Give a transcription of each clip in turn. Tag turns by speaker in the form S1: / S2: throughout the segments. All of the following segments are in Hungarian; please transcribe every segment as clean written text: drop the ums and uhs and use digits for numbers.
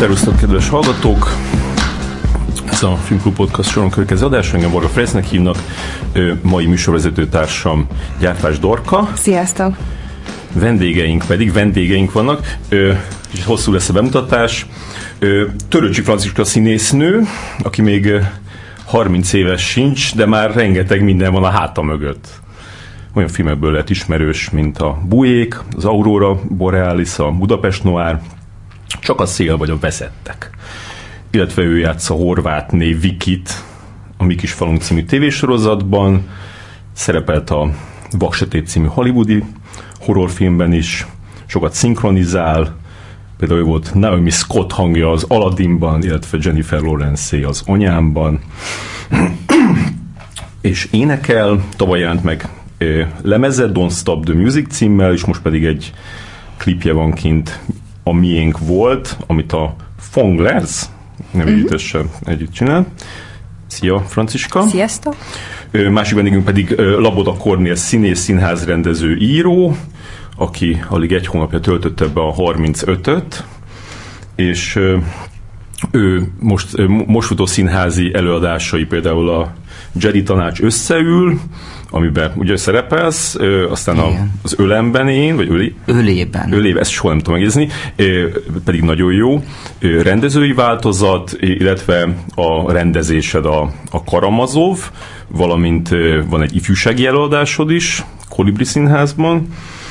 S1: Szerusztok, kedves hallgatók! Ez a Filmklub Podcast soron következő adás, engem Varga Ferencnek hívnak, mai műsorvezetőtársam Gyárfás Dorka.
S2: Sziasztok!
S1: Vendégeink vannak, és hosszú lesz a bemutatás. Törőcsy Franciska színésznő, aki még 30 éves sincs, de már rengeteg minden van a háta mögött. Olyan filmekből lett ismerős, mint a Bujék, az Aurora Borealis, a Budapest Noir, Csak a szél vagy a Veszettek. Illetve ő játsza Horvátné Vikit a Mi kis falunk című tévésorozatban, szerepelt a Vaksötét című hollywoodi horrorfilmben is, sokat szinkronizál, például ő volt Naomi Scott hangja az Aladdinban, illetve Jennifer Lawrence az Anyámban, és énekel, tavaly jelent meg lemeze, Don't Stop the Music címmel, és most pedig egy klipje van kint, A miénk volt, amit a Fonglers nevű együttessel együtt csinál. Szia, Franciska!
S2: Sziasztok!
S1: Másik vendégünk pedig Laboda Kornél színész, színházrendező, író, aki alig egy hónapja töltötte be a 35-öt, és ő most futó színházi előadásai, például a Jedi Tanács összeül, amiben ugye szerepelsz, aztán az Ölemben vagy Ölében, ezt soha nem tudom megjegyezni, pedig nagyon jó. Rendezői változat, illetve a rendezésed a Karamazov, valamint van egy ifjúsági előadásod is, Kolibri Színházban,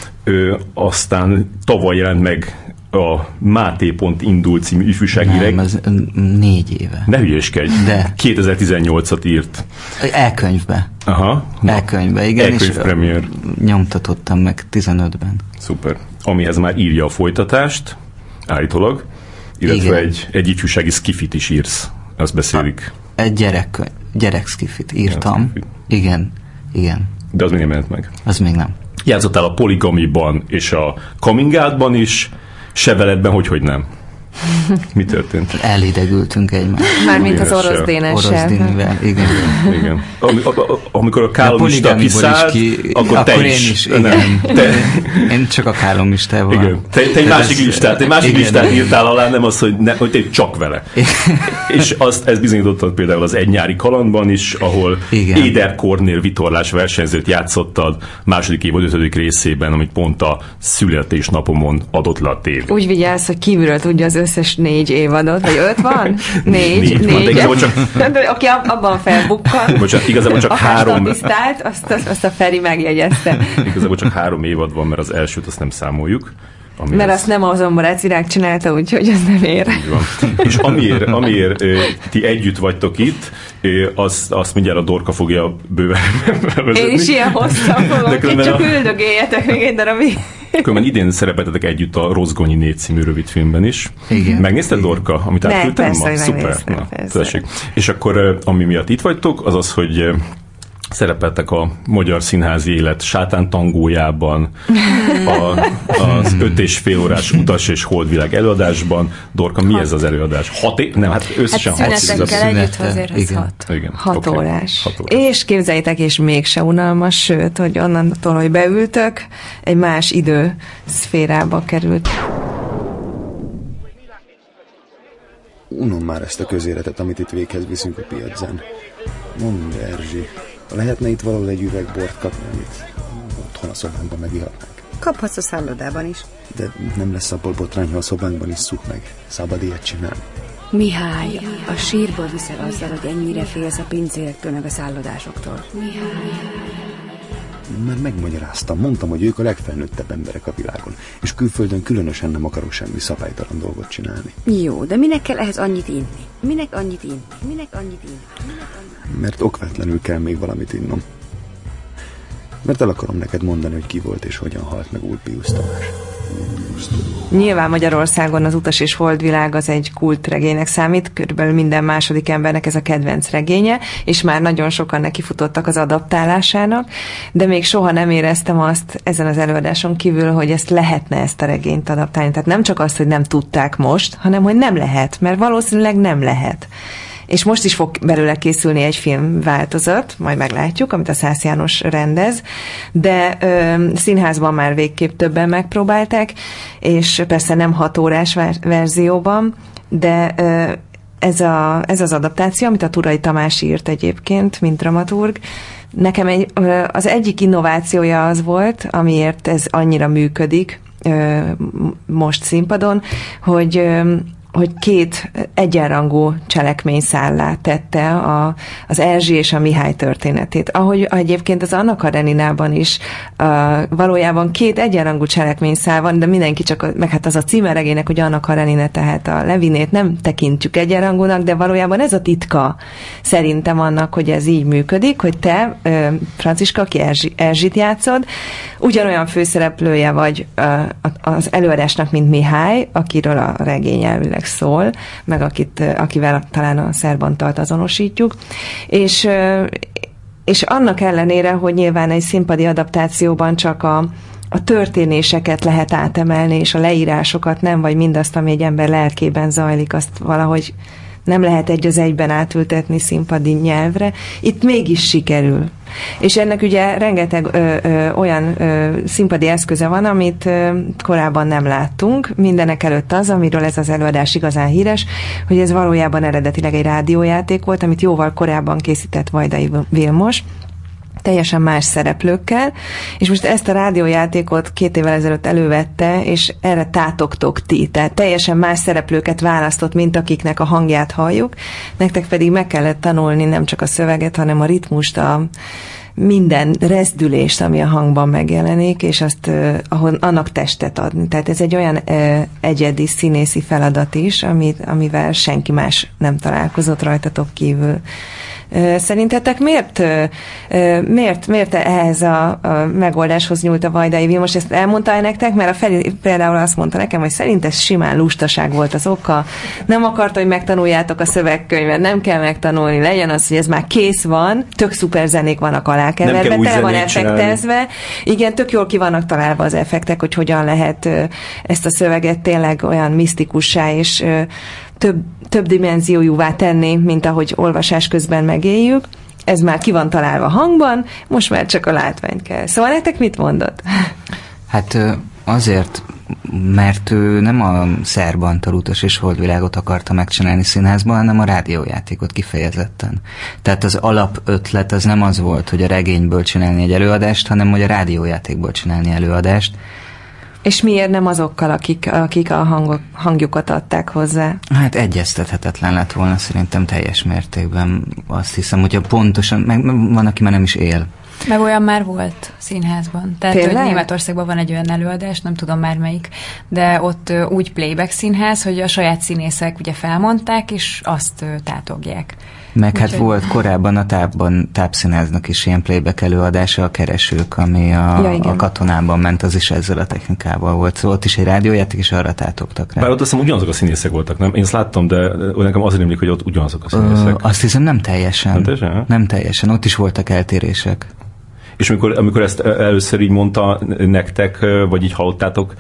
S1: aztán tavaly jelent meg a Máté Pont indul című ifjúsági
S3: Nem, ez 4 éve.
S1: Ne hülyéskedj.
S3: De.
S1: 2018-at írt.
S3: Elkönyvbe.
S1: Aha.
S3: Elkönyvbe, igen.
S1: Elkönyv premier.
S3: Nyomtatottam meg 15-ben.
S1: Szuper. Amihez már írja a folytatást, állítólag. Illetve egy ifjúsági skifit is írsz. Azt beszélik.
S3: Egy gyerek skifit írtam. Igen.
S1: De az még nem jelent meg.
S3: Az még nem.
S1: Játszottál a Poligamiban és a Coming Out-ban is, se veledben, hogy nem. Mi történt?
S3: Elidegültünk egymást.
S2: Mármint az orosz Dénessel.
S3: Igen.
S1: Amikor a kálomista kiszállt, akkor te is.
S3: Én is, igen. Én csak a kálomistával.
S1: Igen. Te egy másik listát írtál alá, nem az, hogy te csak vele. És ez bizonyítottad például az Egy nyári kalandban is, ahol Éder Kornél vitorlás versenyzőt játszottad második évad 5. részében, amit pont a születésnapomon adott le a tévé.
S2: Úgy vigyázz, hogy kívülről tudja az összes 4 évadot, vagy 5 van? 4. Aki abban felbukkan.
S1: Igazából csak 3.
S2: Azt a Feri megjegyezte.
S1: Igazából csak 3 évad van, mert az elsőt azt nem számoljuk.
S2: Mert azt nem a Zomborác Virág csinálta, úgyhogy az nem ér.
S1: És amiért ti együtt vagytok itt, azt mindjárt a Dorka fogja bőven bevezetni.
S2: Én is ilyen hosszan fogom, csak üldögéljetek még egy darabig.
S1: Különben idén szerepeltetek együtt a Rozgonyi 4 című rövidfilmben is.
S3: Igen.
S1: Megnézted, Dorka, amit átküldtem ma?
S2: Persze,
S1: Szuper. Persze. És akkor ami miatt itt vagytok, az az, hogy szerepeltek a magyar színházi élet sátántangójában, az 5,5 órás Utas és Holdvilág előadásban. Dorka, mi ez az előadás? Összesen 6
S2: szünetekkel együtt azért az 6 órás. És képzeljétek, és mégse unalmas, sőt, hogy onnantól, hogy beültök, egy más időszférába került.
S4: Unom már ezt a közéletet, amit itt véghez viszünk a piacán. Mondd, Erzsi, lehetne itt valahol egy üveg bort kapni, amit otthon a szobánkban megihatnánk?
S5: Kaphatsz a szállodában is.
S4: De nem lesz abból botrány, ha a szobánkban isszuk meg. Szabad ilyet csinálni.
S5: Mihály, a sírból viszel azzal, hogy ennyire félsz a pincérektől meg a szállodásoktól.
S4: Már megmagyaráztam, mondtam, hogy ők a legfelnőttebb emberek a világon, és külföldön különösen nem akarok semmi szabálytalan dolgot csinálni.
S5: Jó, de minek kell ehhez annyit inni? Minek annyit inni?
S4: Mert okvetlenül kell még valamit innom. Mert el akarom neked mondani, hogy ki volt és hogyan halt meg Úr Piusz Tamás.
S2: Nyilván Magyarországon az Utas és Holdvilág az egy kultregénynek számít, körülbelül minden második embernek ez a kedvenc regénye, és már nagyon sokan nekifutottak az adaptálásának, de még soha nem éreztem azt ezen az előadáson kívül, hogy ezt lehetne ezt a regényt adaptálni. Tehát nem csak azt, hogy nem tudták most, hanem hogy nem lehet, mert valószínűleg nem lehet. És most is fog belőle készülni egy filmváltozat, majd meglátjuk, amit a Szász János rendez, de színházban már végképp többen megpróbálták, és persze nem 6 órás verzióban, de ez az adaptáció, amit a Turay Tamás írt egyébként, mint dramaturg, nekem az egyik innovációja az volt, amiért ez annyira működik most színpadon, hogy két egyenrangú cselekményszállá tette az Erzsi és a Mihály történetét. Ahogy egyébként az Anna Kareninában is valójában két egyenrangú cselekményszál van, de mindenki meg hát az a címeregének, hogy Anna Karenine, tehát a Levinét nem tekintjük egyenrangúnak, de valójában ez a titka szerintem annak, hogy ez így működik, hogy te, Franciska, aki Erzsit játszod, ugyanolyan főszereplője vagy az előadásnak, mint Mihály, akiről a regény elvileg szól, meg akivel talán a Szerb Antalt azonosítjuk, és annak ellenére, hogy nyilván egy színpadi adaptációban csak a történéseket lehet átemelni, és a leírásokat nem, vagy mindazt, ami egy ember lelkében zajlik, azt valahogy nem lehet egy az egyben átültetni színpadi nyelvre. Itt mégis sikerül. És ennek ugye rengeteg olyan színpadi eszköze van, amit korábban nem láttunk. Mindenek előtt az, amiről ez az előadás igazán híres, hogy ez valójában eredetileg egy rádiójáték volt, amit jóval korábban készített Vajdai Vilmos, teljesen más szereplőkkel, és most ezt a rádiójátékot 2 évvel ezelőtt elővette, és erre tátogtok ti. Tehát teljesen más szereplőket választott, mint akiknek a hangját halljuk. Nektek pedig meg kellett tanulni nem csak a szöveget, hanem a ritmust, minden rezdülést, ami a hangban megjelenik, és azt annak testet adni. Tehát ez egy olyan egyedi színészi feladat is, amivel senki más nem találkozott rajtatok kívül. Szerintetek miért ehhez a megoldáshoz nyúlt a Vajdai Vilmos? Ezt elmondta nektek? Mert a Feri például azt mondta nekem, hogy szerint ez simán lustaság volt az oka. Nem akarta, hogy megtanuljátok a szövegkönyvet, nem kell megtanulni, legyen az, hogy ez már kész van, tök szuper zenék vannak alákeverve, tele van effektezve. Igen, tök jól ki vannak találva az effektek, hogy hogyan lehet ezt a szöveget tényleg olyan misztikussá és több dimenziójúvá tenni, mint ahogy olvasás közben megéljük. Ez már ki van találva hangban, most már csak a látványt kell. Szóval nektek mit mondott?
S3: Hát azért, mert ő nem a Szerb Antal Utas és Holdvilágot akarta megcsinálni színházban, hanem a rádiójátékot kifejezetten. Tehát az alapötlet az nem az volt, hogy a regényből csinálni egy előadást, hanem hogy a rádiójátékból csinálni előadást.
S2: És miért nem azokkal, akik a hangjukat adták hozzá?
S3: Hát egyeztethetetlen lett volna szerintem teljes mértékben. Azt hiszem, hogyha pontosan, meg van, aki már nem is él.
S6: Meg olyan már volt színházban. Tehát, hogy Németországban van egy olyan előadás, nem tudom már melyik, de ott úgy playback színház, hogy a saját színészek ugye felmondták, és azt tátogják.
S3: Meg hát volt korábban a tápszínháznak is ilyen playback előadása, a Keresők, ami a Katonában ment, az is ezzel a technikával volt. Szóval ott is egy rádiójáték, és arra tátogtak rá.
S1: Bár ott azt hiszem ugyanazok a színészek voltak, nem? Én azt láttam, de nekem azért emlék, hogy ott ugyanazok a színészek.
S3: Azt hiszem nem teljesen. Nem teljesen, ott is voltak eltérések.
S1: És amikor ezt először így mondta nektek, vagy így hallottátok,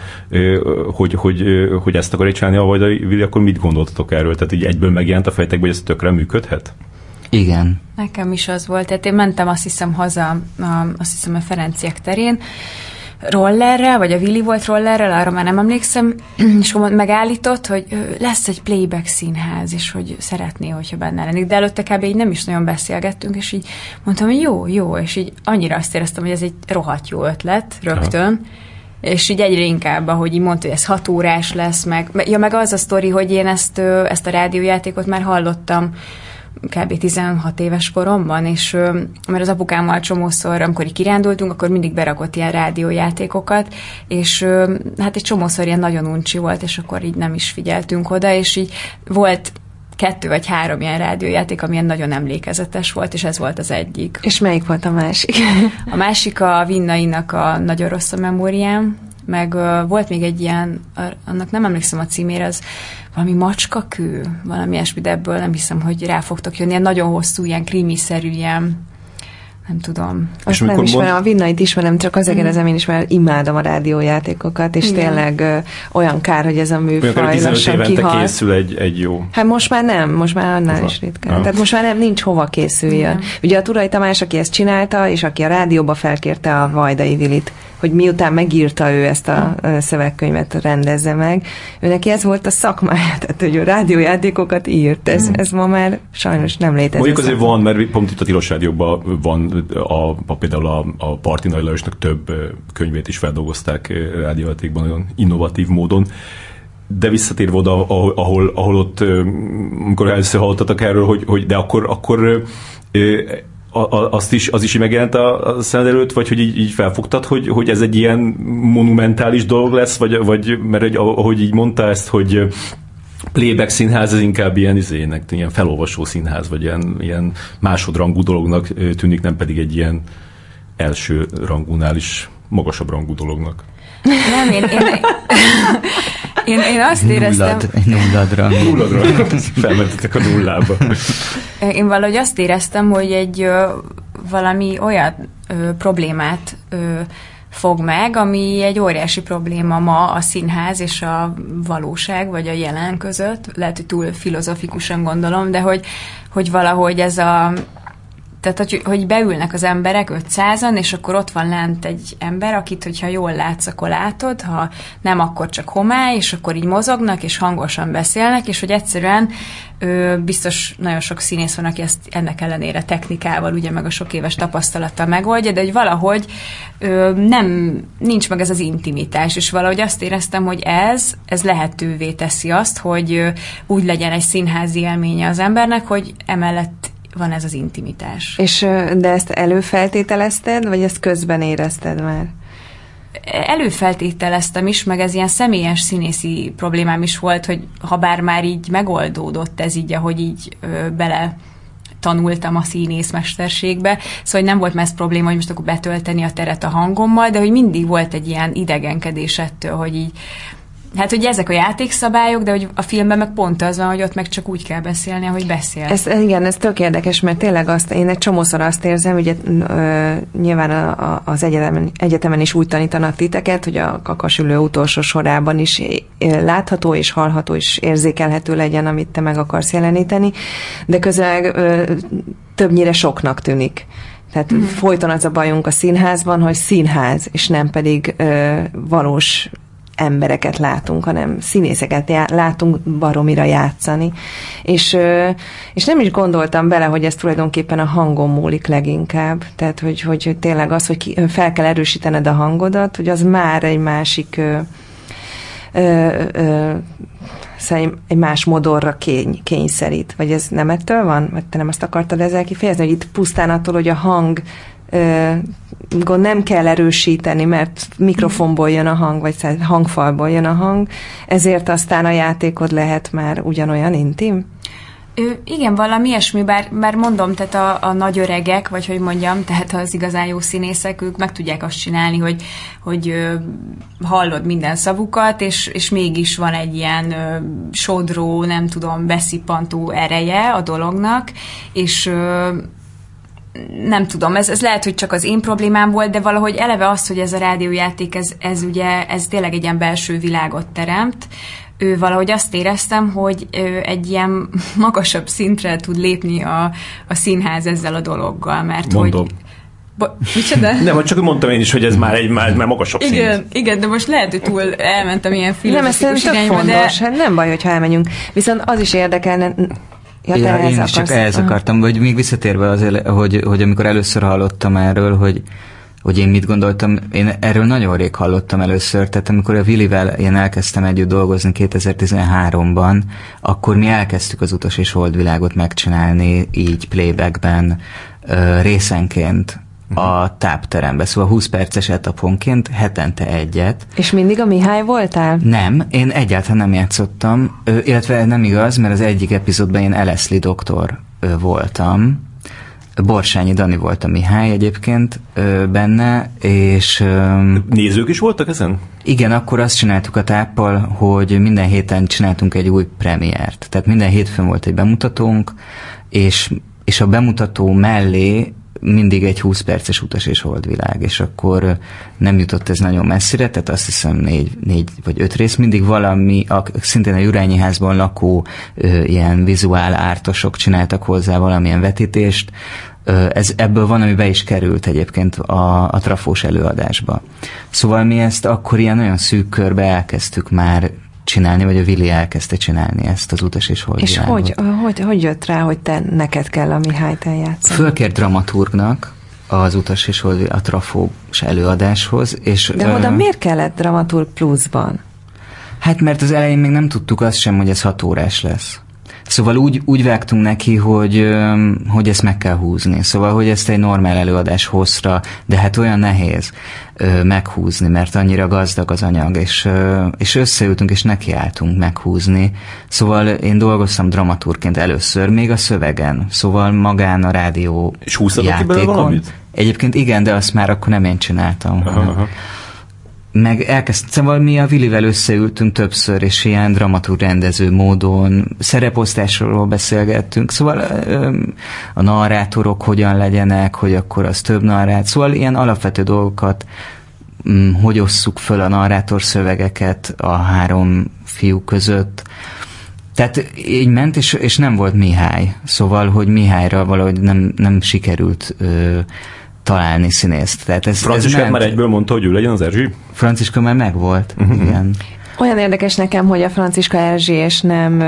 S1: hogy ezt akarja csinálni a Vajdai Vili, akkor mit gondoltatok erről? Tehát így egyből megjelent a fejetekben, hogy ez tökre működhet?
S3: Igen.
S6: Nekem is az volt. Tehát én mentem azt hiszem haza, azt hiszem a Ferenciek terén, rollerrel, vagy a Willi volt rollerrel, arra már nem emlékszem, és megállított, hogy lesz egy playback színház, és hogy szeretné, hogyha benne lennék. De előtte kb. Így nem is nagyon beszélgettünk, és így mondtam, hogy jó, és így annyira azt éreztem, hogy ez egy rohadt jó ötlet rögtön, és így egyre inkább, ahogy így mondta, hogy ez 6 órás lesz, meg az a sztori, hogy én ezt a rádiójátékot már hallottam kb. 16 éves koromban, és mert az apukámmal csomószor, amikor így kirándultunk, akkor mindig berakott ilyen rádiójátékokat, és hát egy csomószor ilyen nagyon uncsi volt, és akkor így nem is figyeltünk oda, és így volt 2 vagy 3 ilyen rádiójáték, amilyen nagyon emlékezetes volt, és ez volt az egyik.
S2: És melyik volt a másik?
S6: A másik a Vinnainak a Nagyon rossz a memóriám, meg volt még egy ilyen, annak nem emlékszem a címére, az valami macskakő, valami ilyesmi, de ebből nem hiszem, hogy rá fogtok jönni. Ilyen nagyon hosszú, ilyen krimiszerű, ilyen nem tudom.
S2: Azt nem ismerem, a Vinnait ismerem, csak azért kérdezem én is, mert imádom a rádiójátékokat, és tényleg olyan kár, hogy ez a műfaj lassan kihal.
S1: Készül egy jó.
S2: Hát most már nem, most már annál is ritkán. Tehát most már nincs hova készüljön. Ugye a Turay Tamás, aki ezt csinálta, és aki a rádióba felkérte a Vajdai Vilit, hogy miután megírta ő ezt a szövegkönyvet, rendezze meg, ő neki ez volt a szakmája, tehát hogy a rádiójátékokat írt. Ez ma már sajnos nem létezik.
S1: Mondjuk azért van, mert pont itt a Tilos Rádióban van például a Parti Nagy Lajosnak több könyvét is feldolgozták rádiójátékban nagyon innovatív módon. De visszatérve oda, ahol ott, amikor először hallottatok erről, hogy de akkor az is megjelent a szemed előtt, vagy hogy így felfogtad, hogy ez egy ilyen monumentális dolog lesz, vagy mert ahogy így mondta ezt, hogy playback színház, ez inkább ilyen felolvasó színház, vagy ilyen másodrangú dolognak tűnik, nem pedig egy ilyen első rangúnál is magasabb rangú dolognak.
S6: Nem, én azt éreztem...
S3: Nulladra.
S1: Felmentetek a nullába.
S6: Én valahogy azt éreztem, hogy valami olyan problémát fog meg, ami egy óriási probléma ma a színház és a valóság, vagy a jelen között. Lehet, hogy túl filozofikusan gondolom, de hogy valahogy ez a... Tehát, hogy beülnek az emberek 500-an, és akkor ott van lent egy ember, akit, hogyha jól látsz, akkor látod, ha nem, akkor csak homály, és akkor így mozognak, és hangosan beszélnek, és hogy egyszerűen biztos nagyon sok színész van, aki ezt ennek ellenére technikával, ugye meg a sok éves tapasztalattal megoldja, de hogy valahogy nincs meg ez az intimitás, és valahogy azt éreztem, hogy ez lehetővé teszi azt, hogy úgy legyen egy színházi élménye az embernek, hogy emellett van ez az intimitás.
S2: De ezt előfeltételezted, vagy ezt közben érezted már?
S6: Előfeltételeztem is, meg ez ilyen személyes színészi problémám is volt, hogy ha bár már így megoldódott ez így, ahogy így bele tanultam a színészmesterségbe, szóval nem volt már ez probléma, hogy most akkor betölteni a teret a hangommal, de hogy mindig volt egy ilyen idegenkedés ettől, hogy így hát, hogy ezek a játékszabályok, de hogy a filmben meg pont az van, hogy ott meg csak úgy kell beszélni, ahogy beszél.
S2: Igen, ez tök érdekes, mert tényleg én egy csomószor azt érzem, hogy nyilván az egyetemen is úgy tanítanak titeket, hogy a kakasülő utolsó sorában is látható és hallható és érzékelhető legyen, amit te meg akarsz jeleníteni, de közben többnyire soknak tűnik. Tehát folyton az a bajunk a színházban, hogy színház, és nem pedig valós embereket látunk, hanem színészeket látunk baromira játszani. És nem is gondoltam bele, hogy ez tulajdonképpen a hangon múlik leginkább. Tehát, hogy tényleg az, hogy fel kell erősítened a hangodat, hogy az már egy másik egy más modorra kényszerít. Vagy ez nem ettől van? Vagy te nem azt akartad ezzel kifejezni, hogy itt pusztán attól, hogy a hang nem kell erősíteni, mert mikrofonból jön a hang, vagy hangfalból jön a hang, ezért aztán a játékod lehet már ugyanolyan intim?
S6: Igen, valami ilyesmi, bár mondom, tehát a nagy öregek, vagy hogy mondjam, tehát az igazán jó színészek, ők meg tudják azt csinálni, hogy hallod minden szavukat, és mégis van egy ilyen sodró, nem tudom, beszippantó ereje a dolognak, és nem tudom, ez lehet, hogy csak az én problémám volt, de valahogy eleve az, hogy ez a rádiójáték, ez tényleg egy ilyen belső világot teremt. Valahogy azt éreztem, hogy egy ilyen magasabb szintre tud lépni a színház ezzel a dologgal, mert
S1: mondom.
S6: Micsoda?
S1: Nem, csak mondtam én is, hogy ez már magasabb szint.
S6: Igen, de most lehet, hogy túl elmentem ilyen filozofikus irányba.
S2: Nem, ez fontos, hát nem baj, hogyha elmenjünk. Viszont az is érdekelne.
S3: Én is csak ehhez akartam, hogy még visszatérve azért, hogy amikor először hallottam erről, hogy én mit gondoltam, én erről nagyon rég hallottam először, tehát amikor a Willivel én elkezdtem együtt dolgozni 2013-ban, akkor mi elkezdtük az Utas és Holdvilágot megcsinálni így playbackben részenként a tápterembe, szóval 20 perces etaponként, hetente egyet.
S2: És mindig a Mihály voltál?
S3: Nem, én egyáltalán nem játszottam, illetve nem igaz, mert az egyik epizódban én Eleszli doktor voltam. Borsányi Dani volt a Mihály egyébként benne, és...
S1: Nézők is voltak ezen?
S3: Igen, akkor azt csináltuk a táppal, hogy minden héten csináltunk egy új premiért. Tehát minden hétfőn volt egy bemutatónk, és a bemutató mellé mindig egy 20 perces Utas és Holdvilág, és akkor nem jutott ez nagyon messzire, tehát azt hiszem 4 vagy 5 rész, mindig valami, szintén a Jurányi házban lakó ilyen vizuál ártosok csináltak hozzá valamilyen vetítést. Ebből van, ami be is került egyébként a trafós előadásba. Szóval mi ezt akkor ilyen nagyon szűk körbe elkezdtük már csinálni, vagy a Vili elkezdte csinálni ezt az Utas és Holdvilágot.
S2: És hogy jött rá, hogy neked kell a Mihályt eljátszani?
S3: Fölkért dramaturgnak az Utas és Holdvilág a trafós előadáshoz.
S2: De oda miért kellett dramaturg pluszban?
S3: Hát mert az elején még nem tudtuk azt sem, hogy ez 6 órás lesz. Szóval úgy vágtunk neki, hogy ezt meg kell húzni. Szóval, hogy ezt egy normál előadás hosszra, de hát olyan nehéz meghúzni, mert annyira gazdag az anyag, és összeültünk, és nekiálltunk meghúzni. Szóval én dolgoztam dramaturgként először, még a szövegen. Szóval magán a rádió
S1: és húztatok.
S3: Egyébként igen, de azt már akkor nem én csináltam. Aha. Meg szóval mi a Vilivel összeültünk többször, és ilyen dramaturg rendező módon szereposztásról beszélgettünk, szóval a narrátorok hogyan legyenek, hogy akkor az több narrát, szóval ilyen alapvető dolgokat, hogy osszuk föl a narrátor szövegeket a 3 fiú között. Tehát így ment, és nem volt Mihály, szóval, hogy Mihályra valahogy nem sikerült találni színészt.
S1: Franciskát már egyből mondta, hogy ő legyen az Erzsi?
S3: Franciska már megvolt, igen.
S2: Olyan érdekes nekem, hogy a Franciska Erzsi, és nem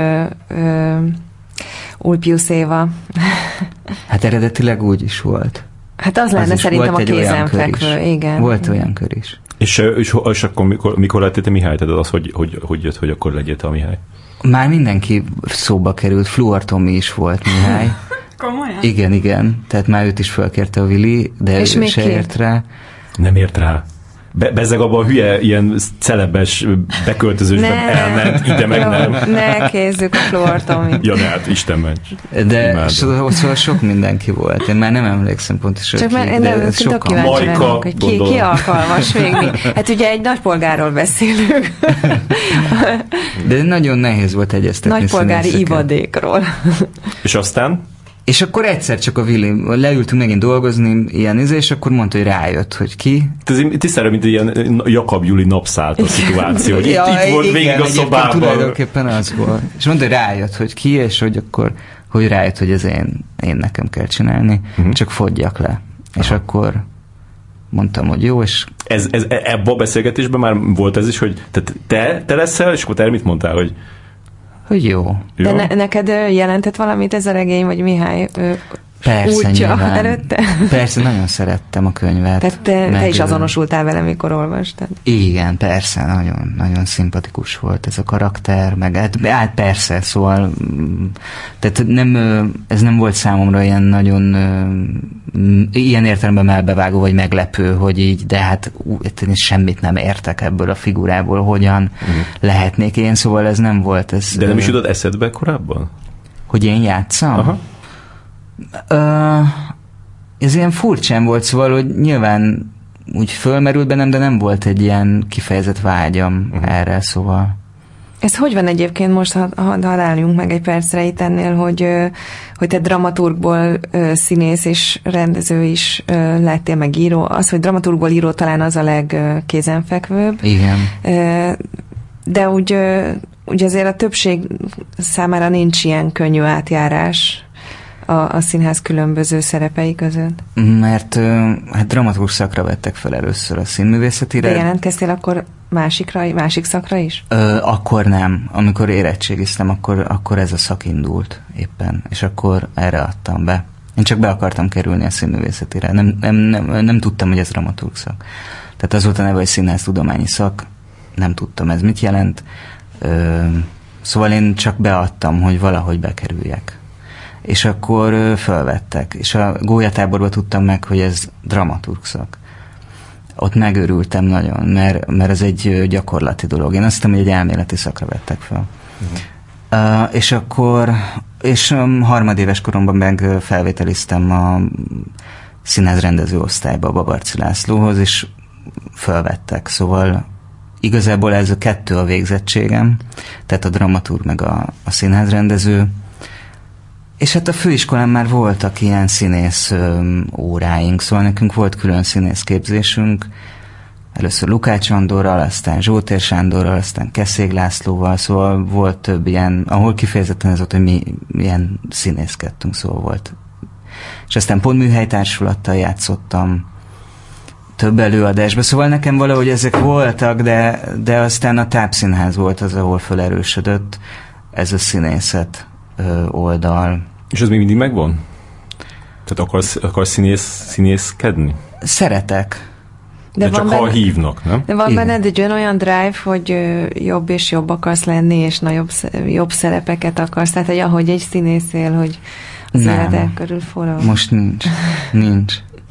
S2: Ulpius Éva.
S3: Hát eredetileg úgy is volt.
S2: Hát az lenne szerintem a kézenfekvő, igen.
S3: Volt olyan kör is.
S1: És akkor mikor lettél Mihály? Tehát az, hogy jött, hogy akkor legyél te a Mihály?
S3: Már mindenki szóba került. Fluor Tomi is volt Mihály.
S6: Komolyan?
S3: Igen. Tehát már őt is felkérte a Vili, de
S2: és
S3: ő se ért rá.
S1: Nem ért rá. Bezzeg abban a hülye, ilyen celebes beköltözősben elment, ide meg nem.
S2: Ne kézzük a Fluor Tomi.
S1: Ja, ne, hát Isten ments.
S3: De szóval sok mindenki volt. Én már nem emlékszem pontosan.
S2: Csak már nem tudok kíváncsi lenni, hogy ki alkalmas végni. Hát ugye egy nagypolgárról beszélünk.
S3: De nagyon nehéz volt egyeztetni.
S2: Nagypolgári ivadékról.
S1: És aztán?
S3: És akkor egyszer csak a Vili, leültünk megint dolgozni, és akkor mondta, hogy rájött, hogy ki.
S1: Tisztára, mint ilyen Jakab Juli napszállt a szituáció, hogy
S3: ja,
S1: itt volt végig a szobában.
S3: Tulajdonképpen az volt. És mondta, hogy rájött, hogy ki, és hogy akkor, hogy rájött, hogy ez én nekem kell csinálni, csak fogyjak le. És akkor mondtam, hogy jó, és...
S1: Ebben a beszélgetésben már volt ez is, hogy te leszel, és akkor te mit mondtál,
S3: hogy jó.
S2: De neked jelentett valamit ez a regény, vagy Mihály
S3: Persze,
S2: útja
S3: nyilván.
S2: Előtte?
S3: Persze, nagyon szerettem a könyvet.
S2: Tehát te is azonosultál vele, mikor olvastad?
S3: Igen, persze, nagyon, nagyon szimpatikus volt ez a karakter, meg hát persze, szóval tehát ez nem volt számomra ilyen nagyon ilyen értelemben melbevágó, vagy meglepő, hogy így, de hát én semmit nem értek ebből a figurából, hogyan lehetnék én, szóval ez nem volt.
S1: De nem is jutott eszedbe korábban?
S3: Hogy én játszam?
S1: Aha.
S3: Ez ilyen furcsán volt, szóval, hogy nyilván úgy fölmerült bennem, de nem volt egy ilyen kifejezett vágyam erre, szóval.
S2: Ez hogy van egyébként most, ha álljunk meg egy percre itt ennél, hogy te dramaturgból színész és rendező is lettél, meg író. Az, hogy dramaturgból író talán az a legkézenfekvőbb.
S3: Igen.
S2: De úgy azért a többség számára nincs ilyen könnyű átjárás a színház különböző szerepei között.
S3: Mert hát dramaturg szakra vettek fel először a színművészetire.
S2: De jelentkeztél akkor másik szakra is?
S3: Akkor nem. Amikor érettségiztem, akkor ez a szak indult éppen, és akkor erre adtam be. Én csak be akartam kerülni a színművészetire. Nem tudtam, hogy ez dramaturg szak. Tehát az volt a neve, hogy színháztudományi szak. Nem tudtam, ez mit jelent. Szóval én csak beadtam, hogy valahogy bekerüljek. És akkor fölvettek. És a gólyatáborban tudtam meg, hogy ez dramaturg szak. Ott megőrültem nagyon, mert ez egy gyakorlati dolog. Én azt hittem, hogy egy elméleti szakra vettek fel. És harmadéves koromban meg felvételiztem a színházrendező osztályba a Babarczy Lászlóhoz, és fölvettek. Szóval igazából ez a kettő a végzettségem, tehát a dramaturg meg a színházrendező. És hát a főiskolán már voltak ilyen színész óráink, szóval nekünk volt külön színészképzésünk, először Lukács Andorral, aztán Zsótér Sándorral, aztán Keszég Lászlóval, szóval volt több ilyen, ahol kifejezetten ez volt, hogy mi ilyen színészkedtünk, szóval volt. És aztán pont műhelytársulattal játszottam több előadásban, szóval nekem valahogy ezek voltak, de aztán a Tápszínház volt az, ahol felerősödött ez a színészet oldal.
S1: És ez még mindig megvan? Tehát akarsz színészkedni?
S3: Szeretek.
S1: De csak ha hívnak, nem?
S2: De van benned egy olyan drive, hogy jobb és jobb akarsz lenni, és jobb szerepeket akarsz, tehát hogy ahogy egy színészél, hogy az életek körül forog.
S3: Most nincs.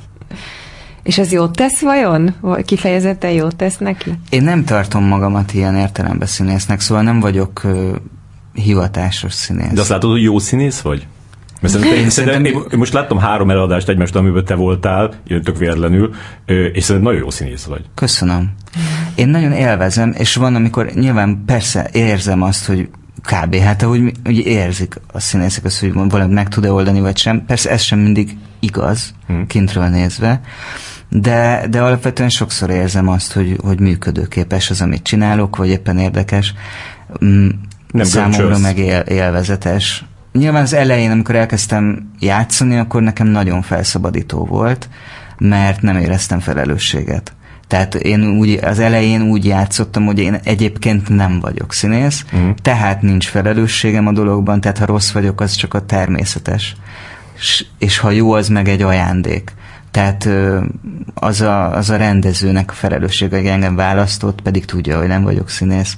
S2: És ez jót tesz vajon? Kifejezetten jót tesz neki?
S3: Én nem tartom magamat ilyen értelemben színésznek, szóval nem vagyok hivatásos színész.
S1: De azt látod, hogy jó színész vagy? Szerintem én most láttam 3 előadást egymást, amiben te voltál, tök véletlenül, és szerintem nagyon jó színész vagy.
S3: Köszönöm. Én nagyon élvezem, és van, amikor nyilván persze érzem azt, hogy kb. Hát ahogy érzik a színészek azt, hogy valamit meg tud-e oldani, vagy sem. Persze ez sem mindig igaz, kintről nézve, de alapvetően sokszor érzem azt, hogy működőképes az, amit csinálok, vagy éppen érdekes. Számomra meg élvezetes. Nyilván az elején, amikor elkezdtem játszani, akkor nekem nagyon felszabadító volt, mert nem éreztem felelősséget. Tehát én az elején úgy játszottam, hogy én egyébként nem vagyok színész, tehát nincs felelősségem a dologban, tehát ha rossz vagyok, az csak a természetes. És ha jó, az meg egy ajándék. Tehát az a rendezőnek a felelőssége, hogy engem választott, pedig tudja, hogy nem vagyok színész.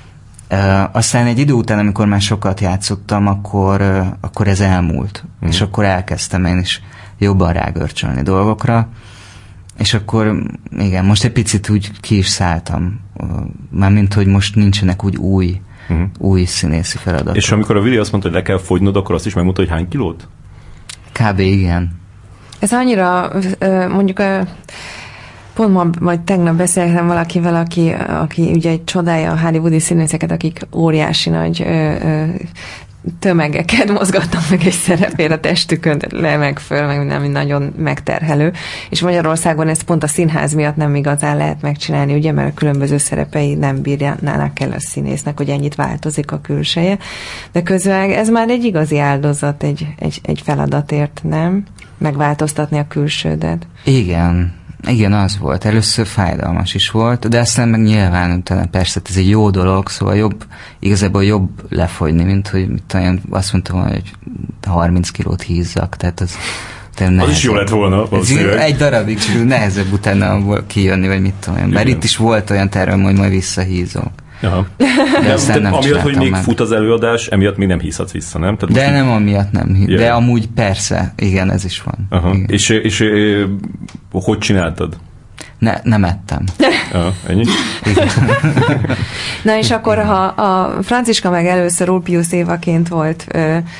S3: Aztán egy idő után, amikor már sokat játszottam, akkor ez elmúlt. És akkor elkezdtem én is jobban rágörcsölni dolgokra. És akkor, igen, most egy picit úgy ki is szálltam. Mármint, hogy most nincsenek úgy új színészi feladatok.
S1: És amikor a Vili azt mondta, hogy le kell fogynod, akkor azt is megmondta, hogy hány kilót?
S3: Kb. Igen.
S2: Ez annyira, mondjuk pont ma, vagy tegnap beszéltem valakivel, aki ugye egy csodálja a hollywoodi színészeket, akik óriási nagy tömegeket mozgatnak meg egy szerepére a testükön, le meg föl, meg nem nagyon megterhelő. És Magyarországon ezt pont a színház miatt nem igazán lehet megcsinálni, ugye, mert a különböző szerepei nem bírnának el a színésznek, hogy ennyit változik a külseje. De közben ez már egy igazi áldozat, egy feladatért, nem? Megváltoztatni a külsődet.
S3: Igen, az volt. Először fájdalmas is volt, de aztán meg nyilván utána persze ez egy jó dolog, szóval igazából jobb lefogyni, mint hogy azt mondtam, hogy 30 kilót hízzak, tehát az
S1: is jó lett volna.
S3: Egy darabig csak nehezebb utána kijönni, vagy mit tudom én. Bár itt is volt olyan tervem, hogy majd visszahízok.
S1: Aha. De amiatt, hogy még fut az előadás, emiatt még nem hízhatsz vissza, nem? Tehát
S3: de nem amiatt nem. De amúgy persze, igen, ez is van.
S1: Aha. És hogy csináltad?
S3: Nem ettem.
S1: Ennyi?
S2: Na és akkor, ha a Franciska meg először Ulpius Évaként volt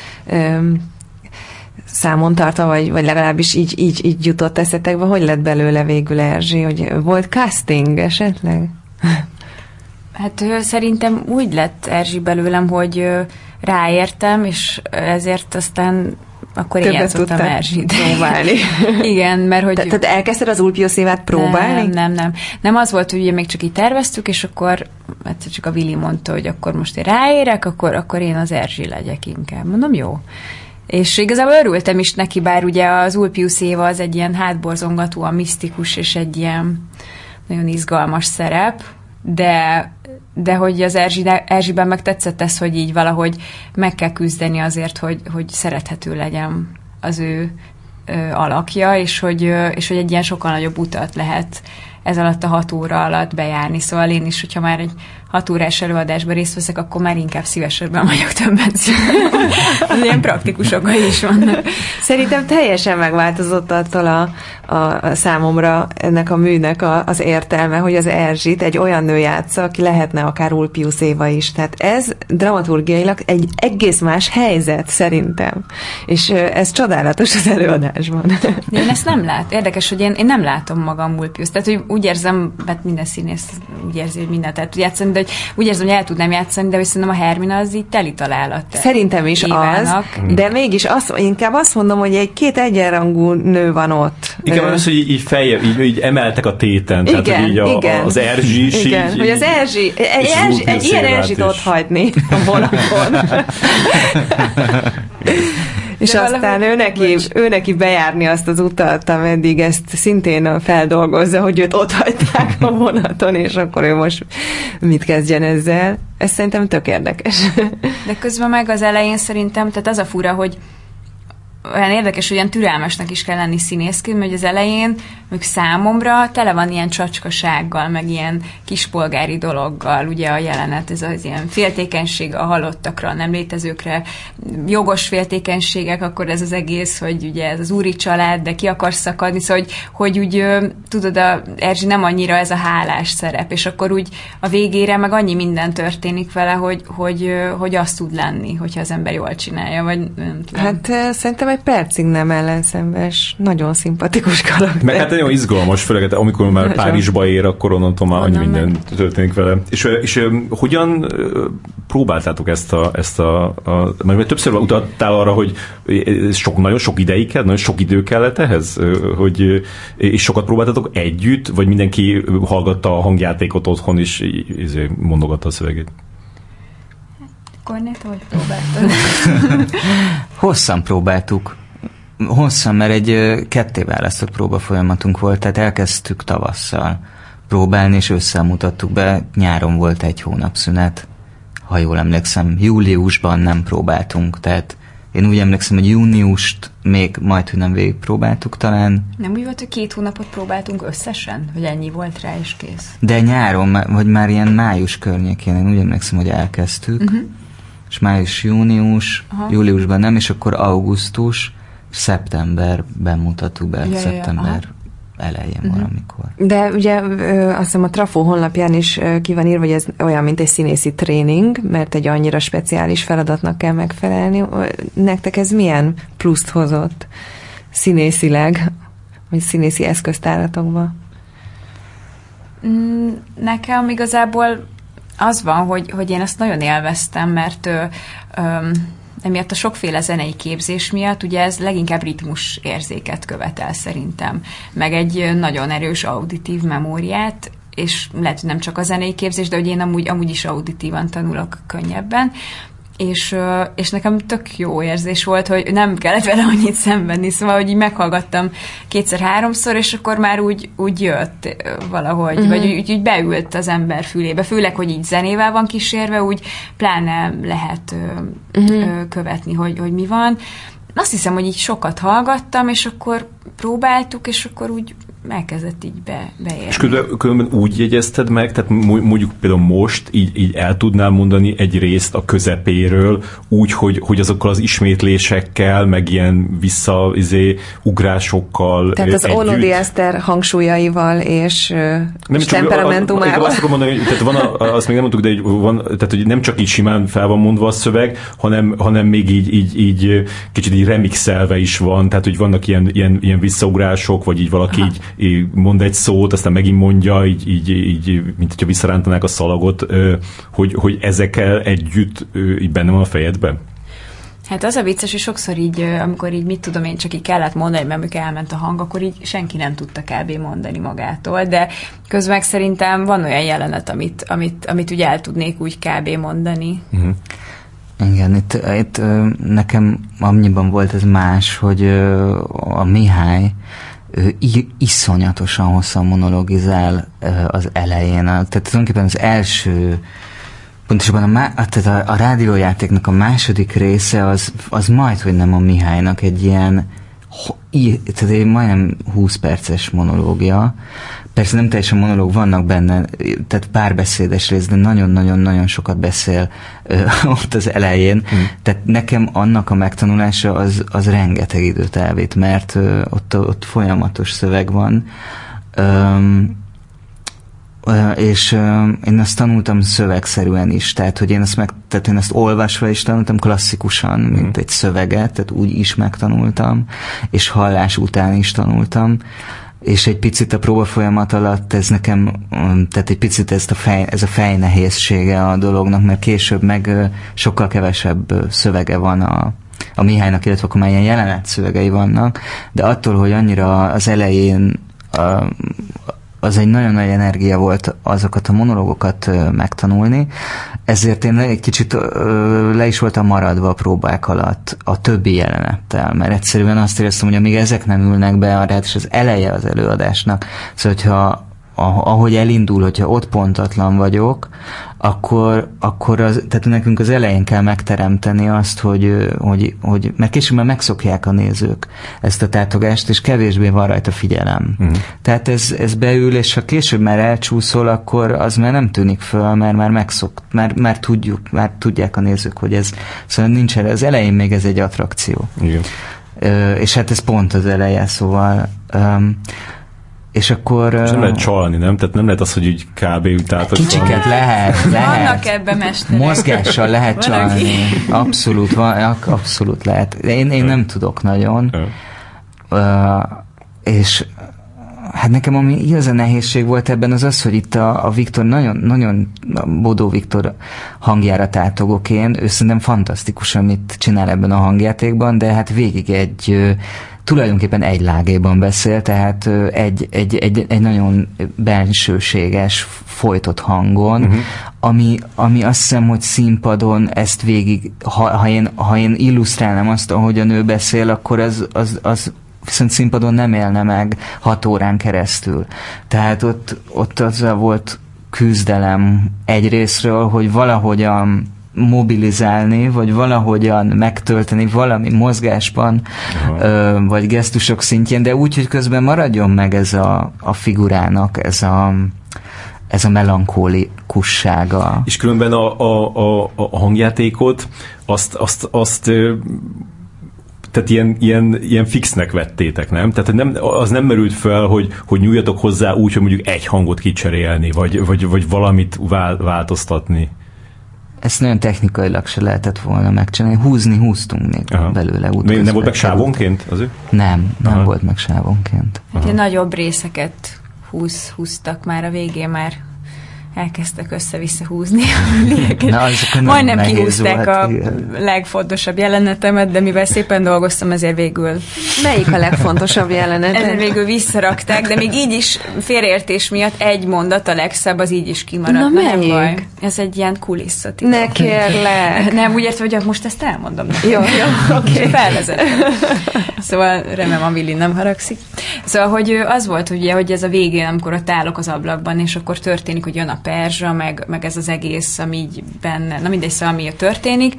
S2: számon tartva, vagy legalábbis így jutott eszetekbe, hogy lett belőle végül Erzsi? Hogy volt casting esetleg?
S6: Hát szerintem úgy lett Erzsi belőlem, hogy ráértem, és ezért aztán akkor én játszottam Erzsit.
S2: Próbálni.
S6: Igen, mert hogy...
S2: Tehát elkezdted az Ulpius Évát próbálni?
S6: Nem az volt, hogy ugye még csak így terveztük, és akkor hát csak a Vili mondta, hogy akkor most én ráérek, akkor én az Erzsi legyek inkább. Mondom, jó. És igazából örültem is neki, bár ugye az Ulpius Éva az egy ilyen hátborzongatóan misztikus, és egy ilyen nagyon izgalmas szerep, de hogy az Erzsiben meg tetszett ez, hogy így valahogy meg kell küzdeni azért, hogy szerethető legyen az ő alakja, és hogy egy ilyen sokkal nagyobb utat lehet ez alatt a 6 óra alatt bejárni. Szóval én is, hogyha már egy 6 órás előadásban részt veszek, akkor már inkább szívesebben vagyok többen. Az ilyen praktikus okai is vannak.
S2: Szerintem teljesen megváltozott attól a számomra ennek a műnek az értelme, hogy az Erzsit egy olyan nő játsza, aki lehetne akár Ulpius Éva is. Tehát ez dramaturgiailag egy egész más helyzet szerintem. És ez csodálatos az előadásban.
S6: Én ezt nem látom. Érdekes, hogy én nem látom magam Ulpius. Tehát, hogy úgy érzem, mert minden színész úgy érzi, hogy mindent el tud játszani, de hogy úgy érzem, hogy el tudnám játszani, de szerintem a Hermina az így teli találat.
S2: Szerintem is Évának. Az, de mégis inkább azt mondom, hogy egy két egyenrangú nő van ott.
S1: Igen, az, hogy így feljebb, így emeltek a téten,
S2: igen,
S1: tehát így az Erzsi is
S2: igen,
S1: így,
S2: hogy az Erzsi, egy ilyen Erzsit ott hagyni a vonaton. És aztán ő neki bejárni azt az utat, ameddig ezt szintén feldolgozza, hogy őt ott hagyták a vonaton, és akkor ő most mit kezdjen ezzel. Ez szerintem tök érdekes.
S6: De közben meg az elején szerintem, tehát az a fura, hogy olyan érdekes, hogy olyan türelmesnek is kell lenni színészként, mert az elején mondjuk számomra tele van ilyen csacskasággal, meg ilyen kispolgári dologgal, ugye a jelenet, ez az ilyen féltékenység a halottakra, a nem létezőkre, jogos féltékenységek, akkor ez az egész, hogy ugye ez az úri család, de ki akarsz szakadni, szóval, hogy úgy tudod, a Erzsi nem annyira ez a hálás szerep, és akkor úgy a végére meg annyi minden történik vele, hogy azt tud lenni, hogyha az ember jól csinálja, vagy nem tudom.
S2: Hát szerintem egy percig nem ellenszenves, nagyon szimpatikus karakter.
S1: Meg hát nagyon izgalmas, főleg amikor már Párizsba ér, akkor onnantól már annyi minden történik vele. És hogyan próbáltátok ezt a mert többször utaltál arra, hogy nagyon sok ideig kell, nagyon sok idő kellett ehhez, és sokat próbáltatok együtt, vagy mindenki hallgatta a hangjátékot otthon, és mondogatta a szöveget?
S6: Kornél, hogy próbáltad?
S3: Hosszan próbáltuk. Mert egy kettéválasztott próbafolyamatunk volt, tehát elkezdtük tavasszal próbálni, és ősszel mutattuk be, nyáron volt 1 hónap szünet, ha jól emlékszem, júliusban nem próbáltunk, tehát én úgy emlékszem, hogy júniust még majdhogy nem végig próbáltuk talán.
S6: Nem úgy volt, hogy 2 hónapot próbáltunk összesen? Hogy ennyi volt rá, és kész?
S3: De nyáron, vagy már ilyen május környékén, én úgy emlékszem, hogy elkezdtük, és május, június, júliusban nem, és akkor augusztus, szeptemberben mutattuk be, szeptember elején valamikor.
S2: De ugye azt hiszem a Trafó honlapján is ki van írva, hogy ez olyan, mint egy színészi tréning, mert egy annyira speciális feladatnak kell megfelelni. Nektek ez milyen pluszt hozott színészileg, vagy színészi eszköztáratokba?
S6: Nekem igazából az van, hogy én ezt nagyon élveztem, mert emiatt a sokféle zenei képzés miatt, ugye ez leginkább ritmus érzéket követel szerintem, meg egy nagyon erős auditív memóriát, és lehet, hogy nem csak a zenei képzés, de hogy én amúgy is auditívan tanulok könnyebben, és nekem tök jó érzés volt, hogy nem kellett vele annyit szenvedni, szóval, hogy így meghallgattam 2-3-szor, és akkor már úgy jött valahogy, vagy úgy beült az ember fülébe, főleg, hogy így zenével van kísérve, úgy pláne lehet követni, hogy mi van. Azt hiszem, hogy így sokat hallgattam, és akkor próbáltuk, és akkor úgy elkezdett így beérni. És
S1: különben úgy jegyezted meg, tehát mondjuk például most így el tudnál mondani egy részt a közepéről, úgy, hogy azokkal az ismétlésekkel, meg ilyen ugrásokkal
S2: tehát az Ónodi Eszter hangsúlyaival és temperamentumával.
S1: Azt akarom mondani, tehát azt még nem mondtuk, de van, tehát hogy nem csak így simán fel van mondva a szöveg, hanem még így kicsit így remixelve is van, tehát hogy vannak ilyen visszaugrások, vagy így valaki így mond egy szót, aztán megint mondja, így mint hogyha visszarántanák a szalagot, hogy ezekkel együtt így benne van a fejedben?
S6: Hát az a vicces, hogy sokszor így, amikor így mit tudom én, csak így kellett mondani, mert amikor elment a hang, akkor így senki nem tudta kb. Mondani magától, de közben szerintem van olyan jelenet, amit ugye el tudnék úgy kb. Mondani.
S3: Igen, itt nekem annyiban volt ez más, hogy a Mihály iszonyatosan hosszan monologizál az elején. Tehát tulajdonképpen az első, pontosabban a rádiójátéknak a második része az majdhogy nem a Mihálynak egy ilyen tehát egy majdnem 20 perces monológia. Persze nem teljesen monológ, vannak benne, tehát párbeszédes rész, de nagyon-nagyon-nagyon sokat beszél ott az elején. Tehát nekem annak a megtanulása az rengeteg időt elvitt, mert ott folyamatos szöveg van. És én azt tanultam szövegszerűen is, tehát hogy én ezt olvasva is tanultam klasszikusan, mint egy szöveget, tehát úgy is megtanultam, és hallás után is tanultam, és egy picit a próba folyamat alatt ez nekem, tehát egy picit ez a fejnehézsége a dolognak, mert később meg sokkal kevesebb szövege van a Mihálynak, illetve akkor már ilyen jelenet szövegei vannak, de attól, hogy annyira az elején az egy nagyon nagy energia volt azokat a monológokat megtanulni, ezért én egy kicsit le is voltam maradva a próbák alatt a többi jelenettel, mert egyszerűen azt éreztem, hogy amíg ezek nem ülnek be, hát és az eleje az előadásnak, szóval hogyha ahogy elindul, hogyha ott pontatlan vagyok, akkor tehát nekünk az elején kell megteremteni azt, hogy mert később már megszokják a nézők ezt a tátogást, és kevésbé van rajta figyelem. Tehát ez beül, és ha később már elcsúszol, akkor az már nem tűnik föl, mert már tudják a nézők, hogy ez, szóval nincs az elején még ez egy attrakció.
S1: Igen.
S3: És hát ez pont az eleje, szóval és akkor...
S1: És nem lehet csalni, nem? Tehát nem lehet az, hogy úgy kb. Utátok.
S3: Kicsiket lehet.
S6: Vannak ebben mesterek.
S3: Mozgással lehet csalni. Abszolút lehet. Én nem tudok nagyon. És hát nekem ami igazán nehézség volt ebben az, hogy itt a Viktor nagyon Bodó Viktor hangjára tátogok én. Ő szerintem fantasztikus, amit csinál ebben a hangjátékban, de hát végig tulajdonképpen egy lágéban beszél, tehát egy nagyon bensőséges, folytott hangon, ami azt hiszem, hogy színpadon ezt végig, ha én illusztrálnám azt, ahogy a nő beszél, akkor az viszont színpadon nem élne meg 6 órán keresztül. Tehát ott azzal volt küzdelem egyrészről, hogy valahogyan mobilizálni, vagy valahogyan megtölteni valami mozgásban, vagy gesztusok szintjén, de úgy, hogy közben maradjon meg ez a figurának, ez a melankólikussága. És
S1: különben a hangjátékot azt tehát ilyen fixnek vettétek, nem? Tehát az nem merült fel, hogy nyúljatok hozzá úgy, hogy mondjuk egy hangot kicserélni, vagy valamit változtatni.
S3: Ezt nagyon technikailag se lehetett volna megcsinálni. Húztunk még belőle útközben.
S1: Nem volt meg sávonként?
S3: Nem volt meg sávonként.
S6: Nagyobb részeket húztak már a végén, már elkezdtek össze-vissza húzni. Majdnem kihúzták a legfontosabb jelenetemet, de mivel szépen dolgoztam, ezért végül...
S2: Melyik a legfontosabb jelenet?
S6: Ezért végül visszarakták, de még így is félreértés miatt egy mondat, a legszebb, az így is kimaradt.
S2: Na melyik?
S6: Ez egy ilyen kulisszatitok.
S2: Ne kérlek!
S6: Nem, úgy értem, hogy most ezt elmondom.
S2: Jó, oké.
S6: Felvezetem. Szóval remélem a Willi nem haragszik. Szóval, hogy az volt, ugye, hogy ez a végén, amikor ott állok az ablakban, és akkor történik, hogy jön a perzsa, meg ez az egész, ami így benne, na mindegy, szóval ami történik.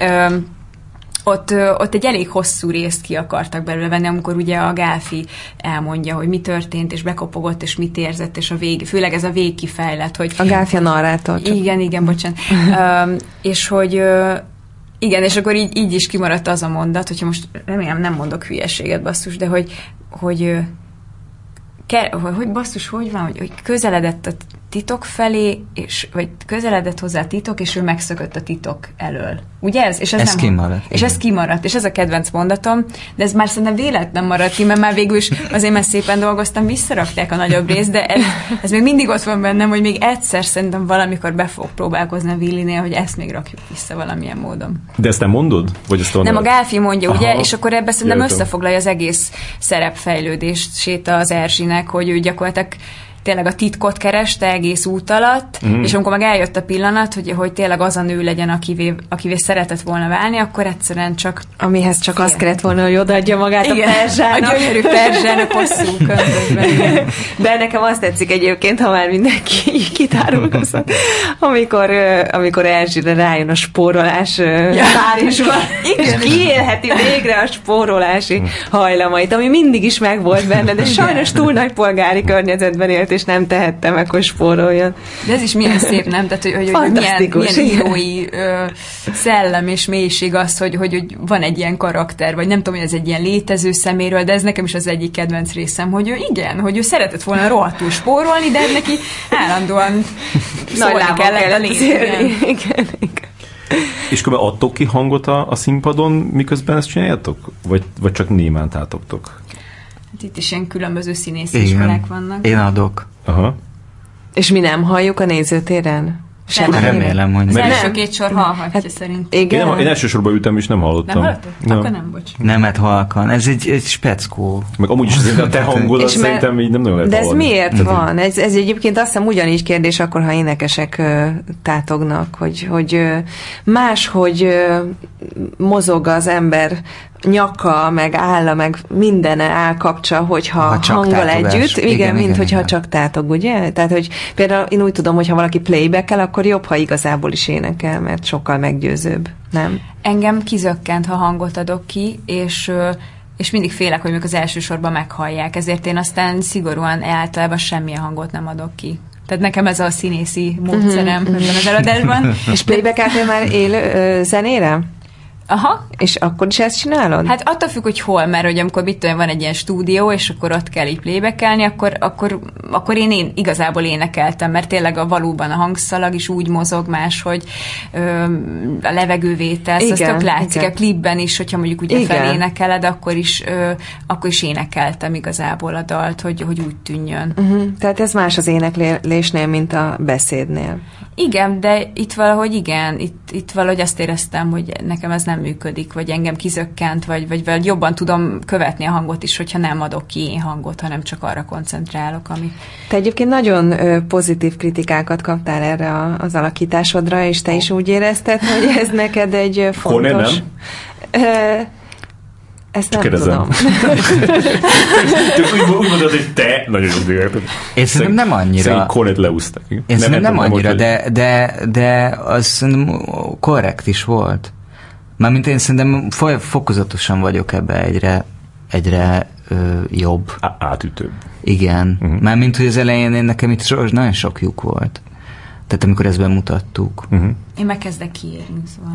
S6: Ott egy elég hosszú részt ki akartak belőle venni, amikor ugye a Gálfi elmondja, hogy mi történt, és bekopogott, és mit érzett, és főleg ez a végkifejlet, hogy...
S2: A Gálfi a narrátor.
S6: Igen, bocsánat. És hogy... Igen, és akkor így is kimaradt az a mondat, hogyha most remélem nem mondok hülyeséget, basszus, de hogy basszus, hogy van, hogy közeledett a titok felé, vagy közeledett hozzá a titok, és ő megszökött a titok elől. Ugye ez? És ez
S3: kimaradt.
S6: És ez kimaradt, és ez a kedvenc mondatom, de ez már szerintem véletlen maradt ki, mert már végül is azért, mert szépen dolgoztam, visszarakták a nagyobb részt, de ez még mindig ott van bennem, hogy még egyszer szerintem valamikor be fog próbálkozni a Willinél, hogy ezt még rakjuk vissza valamilyen módon.
S1: De ezt nem mondod? Vagy ezt
S6: nem, a Gálfi mondja, ugye, és akkor ebben szerintem összefoglalja az egész szerepfejlődését az Erzsinek, hogy ő gyakorlatilag tényleg a titkot kereste egész út alatt, és amikor meg eljött a pillanat, hogy tényleg az a nő legyen, akivé szeretett volna válni, akkor egyszerűen csak...
S2: Amihez csak azt kellett volna, hogy odaadja magát a perzsának.
S6: A gyönyörű perzsának hosszú köntösben.
S2: De nekem azt tetszik egyébként, ha már mindenki kitárulkozott, amikor Erzsire rájön a spórolás Párizsban, és kiélheti végre a spórolási hajlamait, ami mindig is megvolt benne, de sajnos túl nagy polgári környezetben élt, és nem tehette meg, hogy spóroljon.
S6: De ez is milyen szép, nem? Tehát, hogy milyen írói szellem és mélység az, hogy van egy ilyen karakter, vagy nem tudom, hogy ez egy ilyen létező szeméről, de ez nekem is az egyik kedvenc részem, hogy hogy ő szeretett volna rohadtul spórolni, de neki állandóan szólni kellett a létezően.
S2: Igen.
S1: És akkor adtok ki hangot a színpadon, miközben ezt csináljátok? Vagy csak némán tátogtok?
S6: Hát itt is ilyen különböző színészi iskolák vannak.
S3: Én adok.
S1: Aha.
S2: És mi nem halljuk a nézőtéren?
S3: Remélem, hogy
S6: az első két sor hallhatja szerint.
S2: Igen.
S1: Én elsősorban ültem, és nem hallottam.
S6: Nem hallottad?
S1: Nem.
S6: Akkor nem, bocs.
S3: Nem, hát halkan. Ez egy speckó.
S1: Meg amúgy is a te hangodat szerintem így nem nagyon lehet
S2: de ez
S1: hallani.
S2: miért van? Ez egyébként azt hiszem ugyanígy kérdés akkor, ha énekesek tátognak, hogy máshogy mozog az ember nyaka, meg álla, meg mindene állkapcsa, hogyha hanggal együtt. Igen, mint hogyha csak tátog, ugye? Tehát, hogy például én úgy tudom, hogy ha valaki playback-el, akkor jobb, ha igazából is énekel, mert sokkal meggyőzőbb, nem?
S6: Engem kizökkent, ha hangot adok ki, és mindig félek, hogy még az első sorban meghallják, ezért én aztán szigorúan általában semmilyen hangot nem adok ki. Tehát nekem ez a színészi módszerem az előadásban.
S2: És playback-eltél már élő zenére?
S6: Aha.
S2: És akkor is ezt csinálod?
S6: Hát attól függ, hogy hol, mert hogy amikor mit tudom, van egy ilyen stúdió, és akkor ott kell így playbackelni, akkor én igazából énekeltem, mert tényleg valóban a hangszalag is úgy mozog máshogy, a levegővétel, az tök látszik. Igen. A klipben is, hogyha mondjuk ugye felénekeled, akkor is énekeltem igazából a dalt, hogy úgy tűnjön.
S2: Tehát ez más az éneklésnél, mint a beszédnél.
S6: Igen, de itt valahogy itt valahogy azt éreztem, hogy nekem ez nem működik, vagy engem kizökkent, vagy jobban tudom követni a hangot is, hogyha nem adok ki én hangot, hanem csak arra koncentrálok, ami...
S2: Te egyébként nagyon pozitív kritikákat kaptál erre az alakításodra, és te is úgy érezted, hogy ez neked egy fontos... Ezt nem tudom.
S1: Úgy mondod, hogy te nagyon jó.
S3: Én szerintem nem annyira.
S1: Szerint Cornet leúztak.
S3: Én szerintem nem annyira, de az szerintem korrekt is volt. Mármint én szerintem fokozatosan vagyok ebbe egyre jobb.
S1: Átütőbb.
S3: Igen. Mármint, hogy az elején nekem itt nagyon sok lyuk volt. Tehát amikor ezt bemutattuk.
S6: Én megkezdek kiírni, szóval.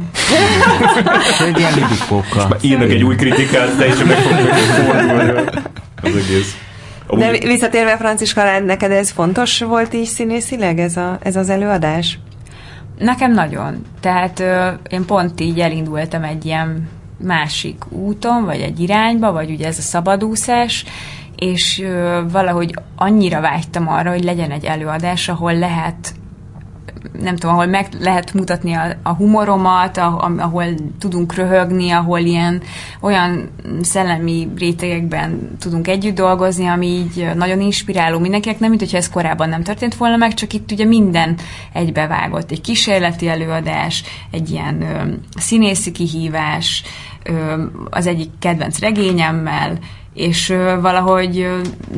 S3: Egy ilyen libikóka.
S1: És írnak egy új kritikát, teljesen meg fogjuk fordulni az egész.
S2: De visszatérve Franciska, neked ez fontos volt így színészileg, ez az előadás?
S6: Nekem nagyon. Tehát én pont így elindultam egy ilyen másik úton, vagy egy irányba, vagy ugye ez a szabadúszás, és valahogy annyira vágytam arra, hogy legyen egy előadás, ahol lehet, nem tudom, ahol meg lehet mutatni a humoromat, ahol tudunk röhögni, ahol olyan szellemi rétegekben tudunk együtt dolgozni, ami így nagyon inspiráló mindenkinek, nem mint hogyha ez korábban nem történt volna meg, csak itt ugye minden egybevágott. Egy kísérleti előadás, egy ilyen színészi kihívás, az egyik kedvenc regényemmel, és valahogy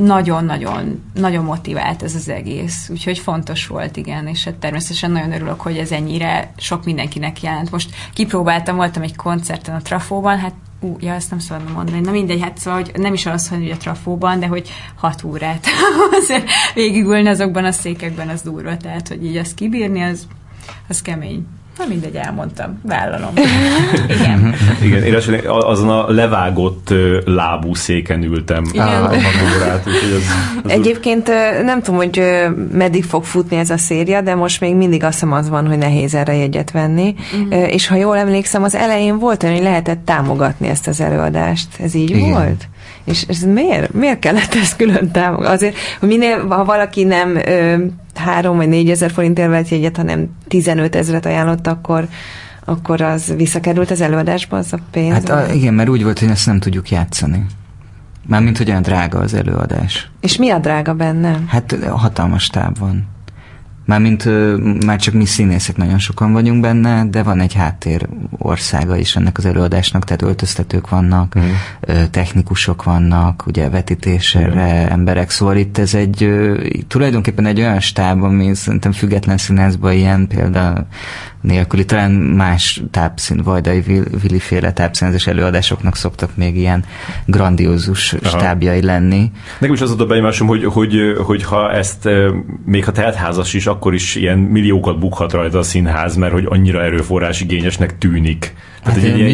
S6: nagyon motivált ez az egész. Úgyhogy fontos volt, igen, és hát természetesen nagyon örülök, hogy ez ennyire sok mindenkinek jelent. Most kipróbáltam, voltam egy koncerten a Trafóban, hát ezt nem szabadna mondani. Na mindegy, hát szóval, hogy nem is az, hogy a Trafóban, de hogy 6 órát azért végigülni azokban a székekben, az durva. Tehát, hogy így azt kibírni, az kemény. Na mindegy, elmondtam. Vállalom. Igen.
S1: Igen, én azon a levágott lábú széken ültem. Órát,
S2: Egyébként nem tudom, hogy meddig fog futni ez a széria, de most még mindig azt hiszem az van, hogy nehéz erre jegyet venni. És ha jól emlékszem, az elején volt olyan, hogy lehetett támogatni ezt az előadást. Ez így igen. volt? És ez miért kellett ezt külön támogatni? Azért, hogy ha valaki nem 3 vagy 4 ezer forintért vett jegyet, hanem 15 ezret ajánlott, akkor az visszakerült az előadásba, az a pénz?
S3: Hát igen, mert úgy volt, hogy ezt nem tudjuk játszani. Mármint, hogy olyan drága az előadás.
S2: És mi a drága benne?
S3: Hát hatalmas táb van. Mármint már csak mi színészek nagyon sokan vagyunk benne, de van egy háttér országa is ennek az előadásnak, tehát öltöztetők vannak, technikusok vannak, ugye vetítésre emberek, szóval itt ez tulajdonképpen egy olyan stáb, ami szerintem független színházban ilyen példa nélküli, talán más Vajdai Vili-féle tápszínházes előadásoknak szoktak még ilyen grandiózus stábjai lenni.
S1: Nekem is az a benyomásom, hogy ha ezt még ha teltházas is, akkor is ilyen milliókat bukhat rajta a színház, mert hogy annyira erőforrás igényesnek tűnik.
S3: Hát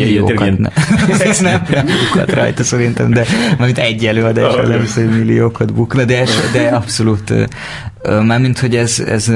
S3: ez nem bukhat rajta szerintem, de majd egy előadásra nem szó, hogy milliókat bukna, de abszolút Mármint, hogy ez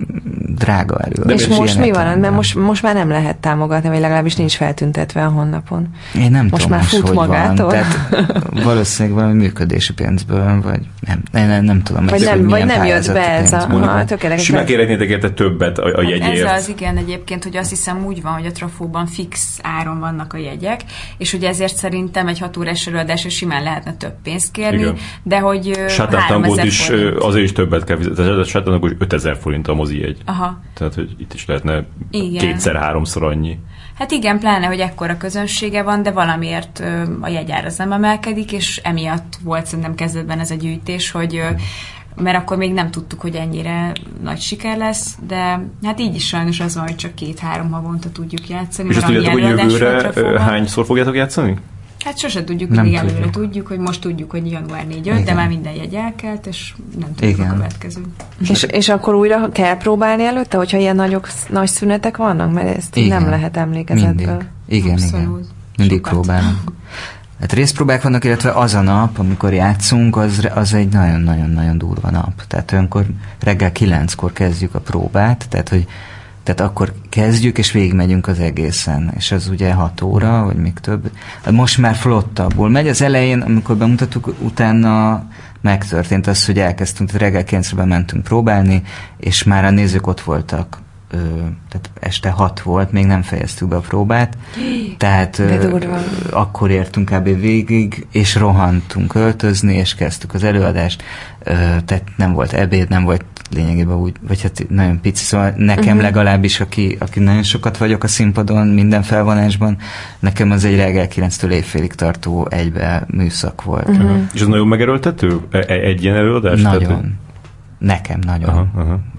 S3: drága előadás.
S2: És most mi van? Mert most már nem lehet támogatni, vagy legalábbis nincs feltüntetve a honlapon.
S3: Én nem
S2: most
S3: tudom,
S2: már fut
S3: hogy
S2: magától.
S3: Van. Tehát valószínűleg valami működési pénzből, vagy nem tudom.
S2: Vagy nem jött be ez a tökéletes.
S1: Simán kérhetnétek érte többet a jegyért.
S6: Ez az igen egyébként, hogy azt hiszem úgy van, hogy a Trafóban fix áron vannak a jegyek, és ugye ezért szerintem egy 6 órás előadásra simán lehetne több pénzt kérni, igen. De hogy
S1: 3000 is azért is többet kell fizetni. Sátántangot 5000 forint a mozi jegy.
S6: Aha.
S1: Tehát, hogy itt is lehetne 2-3-szor annyi.
S6: Hát igen, pláne, hogy ekkora közönsége van, de valamiért a jegyár az nem emelkedik, és emiatt volt szerintem kezdetben ez a gyűjtés, hogy mert akkor még nem tudtuk, hogy ennyire nagy siker lesz, de hát így is sajnos az van, hogy csak 2-3 havonta tudjuk játszani.
S1: És azt tudjátok, hogy jövőre hányszor fogjátok játszani?
S6: Hát sose tudjuk, mindig előre tudjuk, hogy most tudjuk, hogy január 4-5, de már minden jegy elkelt, és nem tudjuk a következő.
S2: És akkor újra kell próbálni előtte, hogyha ilyen nagy szünetek vannak? Mert ezt nem lehet emlékezetből.
S3: Igen. Mindig próbálunk. Hát részpróbák vannak, illetve az a nap, amikor játszunk, az egy nagyon-nagyon-nagyon durva nap. Tehát olyankor reggel 9-kor kezdjük a próbát, tehát akkor kezdjük, és végigmegyünk az egészen. És az ugye 6 óra, vagy még több. Most már flottabbul megy. Az elején, amikor bemutattuk, utána megtörtént az, hogy elkezdtünk, tehát reggel 9-re mentünk próbálni, és már a nézők ott voltak. Tehát este 6 volt, még nem fejeztük be a próbát. Tehát akkor értünk kb. Végig, és rohantunk öltözni, és kezdtük az előadást. Tehát nem volt ebéd, nem volt lényegében úgy, vagy hát nagyon pici, szóval nekem legalábbis, aki nagyon sokat vagyok a színpadon, minden felvonásban, nekem az egy reggel 9-től éjfélig tartó egybe műszak volt.
S1: És az nagyon megerőltető? Egy ilyen előadás?
S3: Nagyon. Nekem nagyon.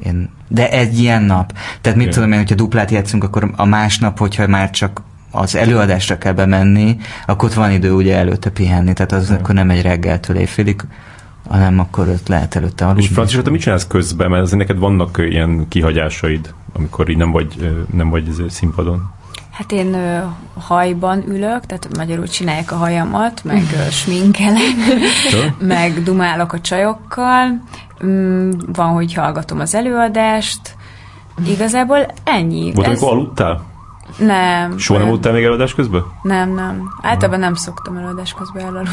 S3: De egy ilyen nap. Tehát mit tudom én, hogyha duplát játszunk, akkor a másnap, hogyha már csak az előadásra kell bemenni, akkor ott van idő ugye előtte pihenni, tehát az akkor nem egy reggeltől éjfélig, hanem akkor ott lehet előtte aludni.
S1: És Francis, te mit csinálsz közben? Mert azért neked vannak ilyen kihagyásaid, amikor így nem vagy színpadon.
S6: Hát én hajban ülök, tehát magyarul csinálják a hajamat, meg sminkelek, meg dumálok a csajokkal, van, hogy hallgatom az előadást. Igazából ennyi.
S1: Volt, amikor aludtál?
S6: Nem.
S1: Soha nem aludtál még előadás közben?
S6: Nem. Általában nem szoktam előadás közben elaludni.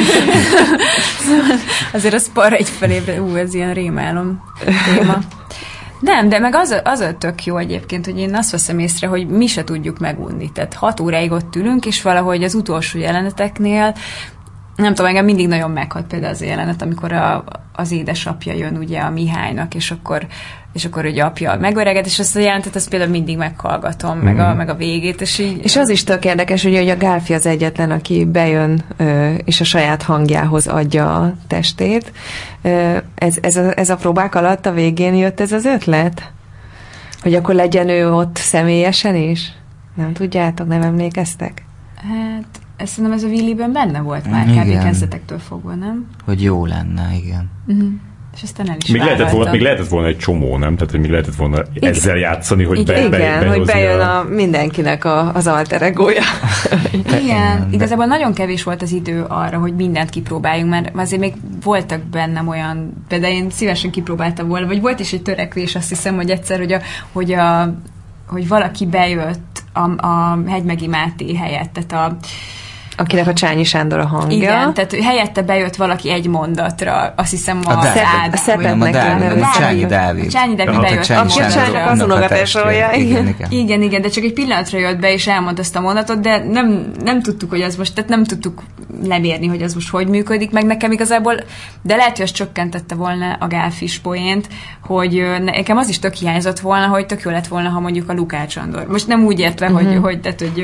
S6: Azért az parra egy felébre, ez ilyen rémálom téma. Nem, de meg az a tök jó egyébként, hogy én azt veszem észre, hogy mi se tudjuk megunni. Tehát 6 óráig ott ülünk, és valahogy az utolsó jeleneteknél, nem tudom, engem mindig nagyon meghat például az jelenet, amikor az édesapja jön ugye a Mihálynak, és akkor ugye apja megöreged, és azt a jelentet azt például mindig meghallgatom, meg a végét, és így...
S2: És az is tök érdekes, hogy a Gálfi az egyetlen, aki bejön, és a saját hangjához adja a testét. Ez a próbák alatt a végén jött ez az ötlet? Hogy akkor legyen ő ott személyesen is? Nem tudjátok, nem emlékeztek?
S6: Hát... Szerintem ez a Willyben benne volt már, kb. Kezdetektől fogva, nem?
S3: Hogy jó lenne, igen.
S6: És aztán el is
S1: még lehetett volna egy csomó, nem? Tehát, hogy még lehetett volna ezzel játszani, hogy
S2: hogy bejön mindenkinek az alter egója.
S6: Igen, igazából nagyon kevés volt az idő arra, hogy mindent kipróbáljunk, mert azért még voltak bennem olyan, például én szívesen kipróbáltam volna, vagy volt is egy törekvés, azt hiszem, hogy egyszer, hogy valaki bejött a Hegymegi Máté helyett, tehát
S2: akinek a Csányi Sándor a hangja.
S6: Igen, tehát helyette bejött valaki egy mondatra, azt hiszem a
S2: Szepetnek
S3: Csányi Dávid.
S6: Csányi Dávid bejött
S2: a Csánynak az unokatesolja.
S6: Igen, de csak egy pillanatra jött be, és elmondta azt a mondatot, de nem tudtuk, hogy az most, tehát nem tudtuk lemérni, hogy az most hogy működik, meg nekem igazából, de lehet, hogy az csökkentette volna a Gálfis poént, hogy nekem az is tök hiányzott volna, hogy tök jó lett volna, ha mondjuk a Lukács Andor. Most nem úgy értve, hogy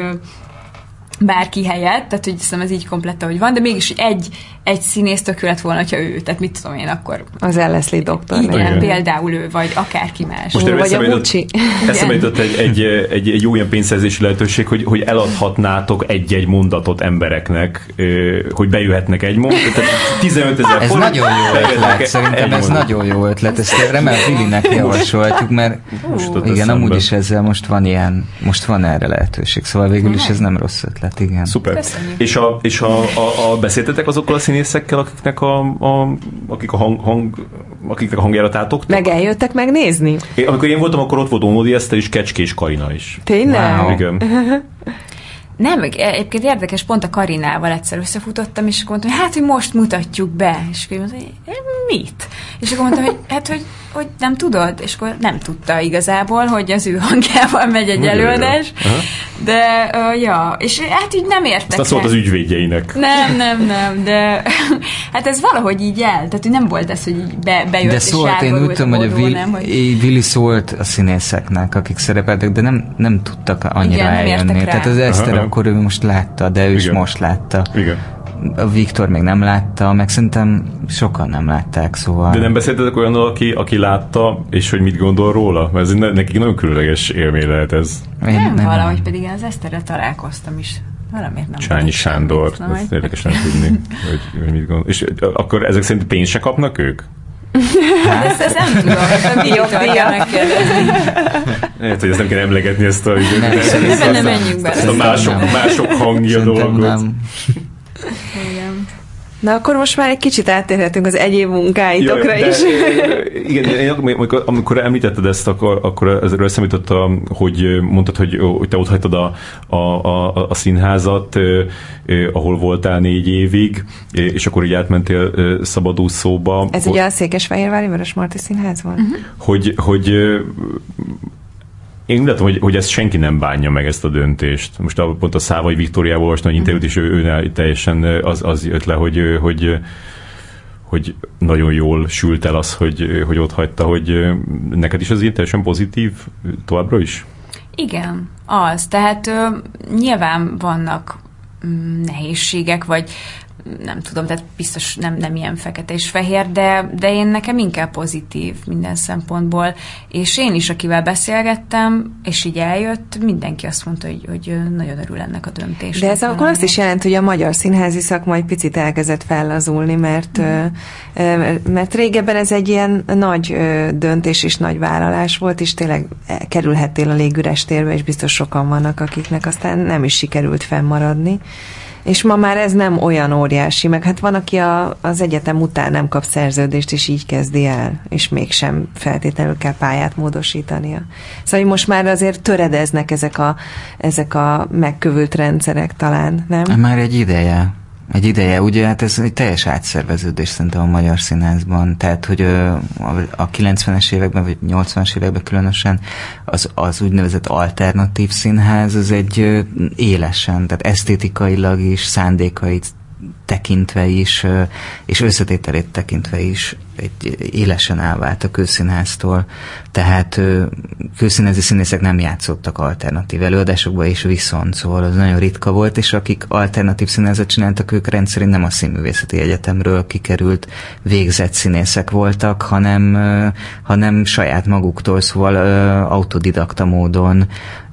S6: bárki helyett, tehát hogy hiszem ez így komplett, ahogy van, de mégis egy színész tök jó lett volna, hogyha ő, tehát mit tudom én akkor.
S2: Az Leslie doktor.
S6: Igen, például ő, vagy akárki más.
S1: Most
S2: vagy a Mucsi.
S1: Eszembe jutott egy jó ilyen pénzszerzési lehetőség, hogy eladhatnátok egy-egy mondatot embereknek, hogy bejöhetnek egy mondat. 15 000
S3: ez nagyon jó ötlet, szerintem ez nagyon jó ötlet. Ezt remélem Willynek javasoltuk, mert igen, amúgy is ezzel most van erre lehetőség, szóval végül is ez nem rossz ötlet. Igen.
S1: Szuper.
S6: Köszönjük.
S1: És beszéltetek azokkal a színészekkel, akik a akiknek a hangjára tátogtak.
S2: Meg eljöttek megnézni?
S1: Amikor én voltam, akkor ott volt Ónodi Eszter és Kecskés Karina is.
S2: Tényleg?
S1: Wow. Igen.
S6: Nem, egyébként érdekes, pont a Karinával egyszer összefutottam, és akkor mondtam, hogy hát, hogy most mutatjuk be. És akkor mondtam, hogy mit? És akkor mondtam, hogy nem tudod? És akkor nem tudta igazából, hogy az ő hangjával megy egy előadás. De, ja, és hát így nem értek.
S1: Azt szólt az ügyvédjeinek.
S6: Nem, de hát ez valahogy így el. Tehát nem volt ez, hogy így bejött
S3: de
S6: és
S3: szólt, én úgy tudom, hogy Willi szólt a színészeknek, akik szerepeltek, de nem tudtak annyira eljönni. Tehát az Eszter akkor ő most látta, de ő is most látta.
S1: Igen.
S3: A Viktor még nem látta, meg szerintem sokan nem látták, szóval...
S1: De nem beszéltetek olyannal, aki látta, és hogy mit gondol róla? Mert ez nekik nagyon különleges élmény lehet ez.
S6: Nem, valahogy pedig én az Eszterrel találkoztam is. Valamiért nem.
S1: Csányi Sándor, ezt érdekesen tudni, hogy mit gondol. És akkor ezek szerint pénzt se kapnak ők?
S6: Hát ezt nem tudom, ezt a Viktor kell megkérdezni.
S1: Lehet, hogy ezt nem kell emlegetni, ezt a...
S6: Nem menjünk bele.
S1: Mások hangja dolgot.
S6: Igen.
S2: Na akkor most már egy kicsit áttérhetünk az egyéb munkáitokra is.
S1: Igen, amikor említetted ezt, akkor ezzel eszembe jutott, hogy mondtad, hogy te ott hagytad a színházat, ahol voltál 4 évig, és akkor így átmentél szabadúszóba.
S2: Ez ugye a Székesfehérvári Vörösmarty Színház volt?
S1: Hogy én úgy látom, hogy ezt senki nem bánja meg, ezt a döntést. Most pont a Szávai Viktóriával olvastam egy interjút, és ő teljesen az jött le, hogy nagyon jól sült el az, hogy ott hagyta, hogy neked is az ilyen teljesen pozitív továbbra is?
S6: Igen, az. Tehát nyilván vannak nehézségek, vagy nem tudom, tehát biztos nem ilyen fekete és fehér, de én nekem inkább pozitív minden szempontból, és én is, akivel beszélgettem, és így eljött, mindenki azt mondta, hogy nagyon örül ennek a döntésnek.
S2: De ez akkor azt is jelenti, hogy a magyar színházi szakma egy picit elkezdett fellazulni, mert régebben ez egy ilyen nagy döntés és nagy vállalás volt, és tényleg kerülhettél a légüres térbe, és biztos sokan vannak, akiknek aztán nem is sikerült fennmaradni. És ma már ez nem olyan óriási, meg hát van, aki az egyetem után nem kap szerződést, és így kezdi el, és mégsem feltétlenül kell pályát módosítania. Szóval hogy most már azért töredeznek ezek a megkövült rendszerek talán, nem?
S3: Már egy ideje, ugye, hát ez egy teljes átszerveződés szerintem a magyar színházban, tehát, hogy a 90-es években, vagy 80-as években különösen az úgynevezett alternatív színház, az egy élesen, tehát esztétikailag is, szándékait tekintve is, és összetételét tekintve is egy élesen elvált a Kőszínháztól. Tehát kőszínházi színészek nem játszottak alternatív előadásokba, és viszont, szóval az nagyon ritka volt, és akik alternatív színházat csináltak, ők rendszerint nem a Színművészeti Egyetemről kikerült végzett színészek voltak, hanem saját maguktól, szóval autodidakta módon,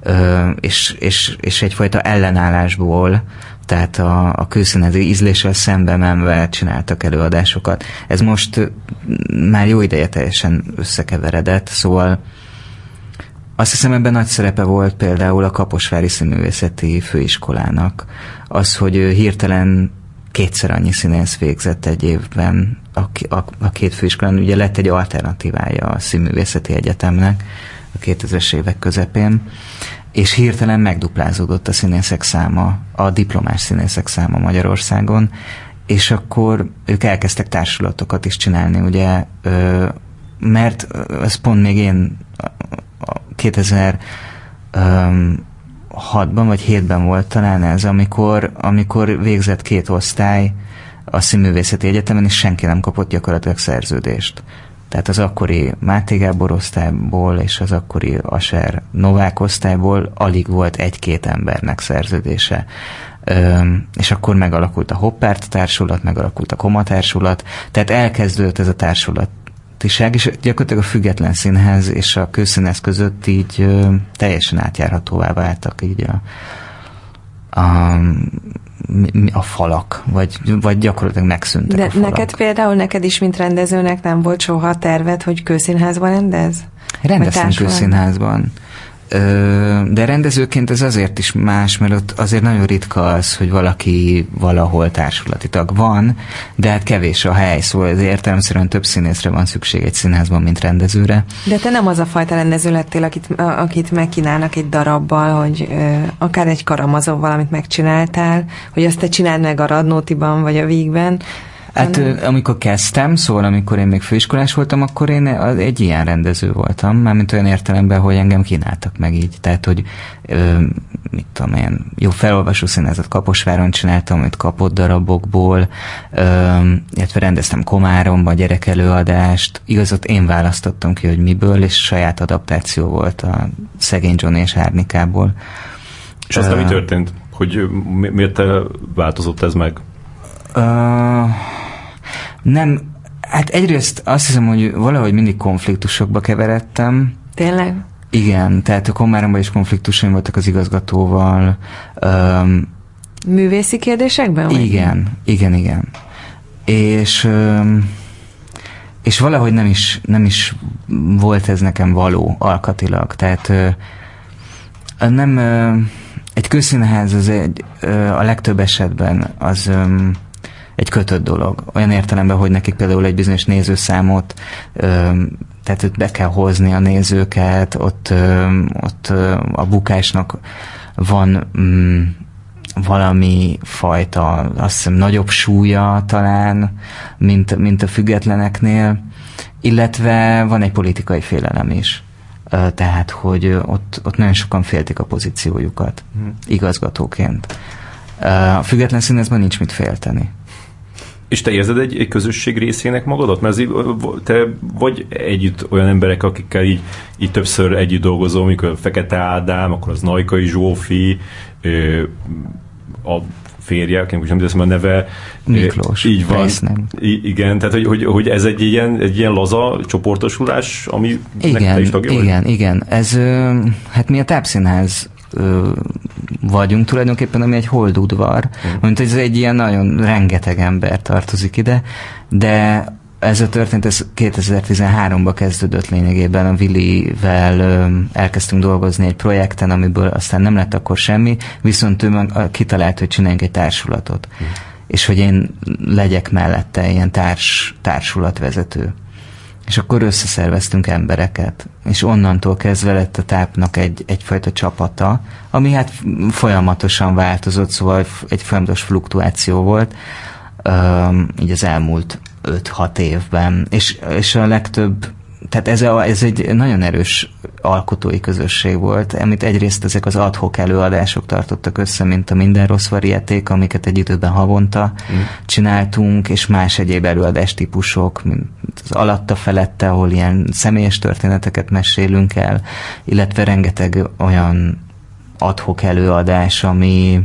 S3: és egyfajta ellenállásból, tehát a kőszínházi ízléssel szembe menve csináltak előadásokat. Ez most már jó ideje teljesen összekeveredett, szóval azt hiszem, ebben nagy szerepe volt például a Kaposvári Színművészeti Főiskolának. Az, hogy hirtelen 2-szer annyi színész végzett egy évben a 2 főiskolán, ugye lett egy alternatívája a Színművészeti Egyetemnek a 2000-es évek közepén, és hirtelen megduplázódott a színészek száma, a diplomás színészek száma Magyarországon, és akkor ők elkezdtek társulatokat is csinálni, ugye, mert ez pont még én 2006-ban vagy 2007-ben volt talán ez, amikor végzett 2 osztály a Színművészeti Egyetemen, és senki nem kapott gyakorlatilag szerződést. Tehát az akkori Máté Gábor osztályból és az akkori Aser Novák osztályból alig volt 1-2 embernek szerződése. És akkor megalakult a Hoppárt társulat, megalakult a Koma társulat, tehát elkezdődött ez a társulatiság, és gyakorlatilag a független színház és a Kőszínház között így teljesen átjárhatóvá váltak így a falak, vagy gyakorlatilag megszűntek a falak.
S2: Neked is, mint rendezőnek nem volt soha terved, hogy Kőszínházban rendez?
S3: Rendeztem Kőszínházban. De rendezőként ez azért is más, mert ott azért nagyon ritka az, hogy valaki valahol társulati tag van, de hát kevés a hely, szóval ez értelemszerűen több színészre van szükség egy színházban, mint rendezőre.
S2: De te nem az a fajta rendező lettél, akit megkínálnak egy darabbal, hogy akár egy Karamazovval, amit megcsináltál, hogy azt te csináld meg a Radnótiban vagy a Vígben.
S3: Hát amikor kezdtem, szóval amikor én még főiskolás voltam, akkor én egy ilyen rendező voltam, mármint olyan értelemben, hogy engem kínáltak meg így. Tehát, hogy mit tudom én, jó felolvasó színházat Kaposváron csináltam, amit kapott darabokból, illetve rendeztem Komáromba gyerekelőadást. Igazat én választottam ki, hogy miből, és saját adaptáció volt a Szegény Johnny és Árnikából.
S1: És aztán mi történt? Hogy miért változott ez meg?
S3: Nem, hát egyrészt azt hiszem, hogy valahogy mindig konfliktusokba keveredtem.
S2: Tényleg?
S3: Igen, tehát a Komáromban is konfliktusaim voltak az igazgatóval.
S2: Művészi kérdésekben?
S3: Igen. És valahogy nem is volt ez nekem való alkatilag. Tehát nem... Egy közszínház az a legtöbb esetben az egy kötött dolog. Olyan értelemben, hogy nekik például egy bizonyos nézőszámot, tehát ott be kell hozni a nézőket, ott a bukásnak van valami fajta, azt hiszem, nagyobb súlya talán, mint a függetleneknél, illetve van egy politikai félelem is. Tehát, hogy ott nagyon sokan féltik a pozíciójukat igazgatóként. A független színházban nincs mit félteni.
S1: És te érzed egy közösség részének magadat? Mert te vagy együtt olyan emberek, akikkel így többször együtt dolgozol, mikor Fekete Ádám, akkor az Najkai Zsófi, a férje, nem úgy teszem a neve.
S3: Miklós.
S1: Így van. Igen, tehát hogy ez egy ilyen laza csoportosulás, ami te is tagja vagy?
S3: Igen. Ez, hát mi a Tápszínház vagyunk tulajdonképpen, ami egy holdudvar. Mint ez egy ilyen nagyon rengeteg ember tartozik ide, de ez a történet, ez 2013-ban kezdődött lényegében. A Vilivel elkezdtünk dolgozni egy projekten, amiből aztán nem lett akkor semmi, viszont ő kitalált, hogy csináljunk egy társulatot. És hogy én legyek mellette ilyen társulatvezető. És akkor összeszerveztünk embereket, és onnantól kezdve lett a Tápnak egyfajta csapata, ami hát folyamatosan változott, szóval egy folyamatos fluktuáció volt, így az elmúlt 5-6 évben, és a legtöbb, tehát ez egy nagyon erős alkotói közösség volt, amit egyrészt ezek az ad-hoc előadások tartottak össze, mint a Minden rossz varieték, amiket egy időben havonta csináltunk, és más egyéb előadástípusok, mint az Alatta felette, ahol ilyen személyes történeteket mesélünk el, illetve rengeteg olyan ad-hoc előadás, ami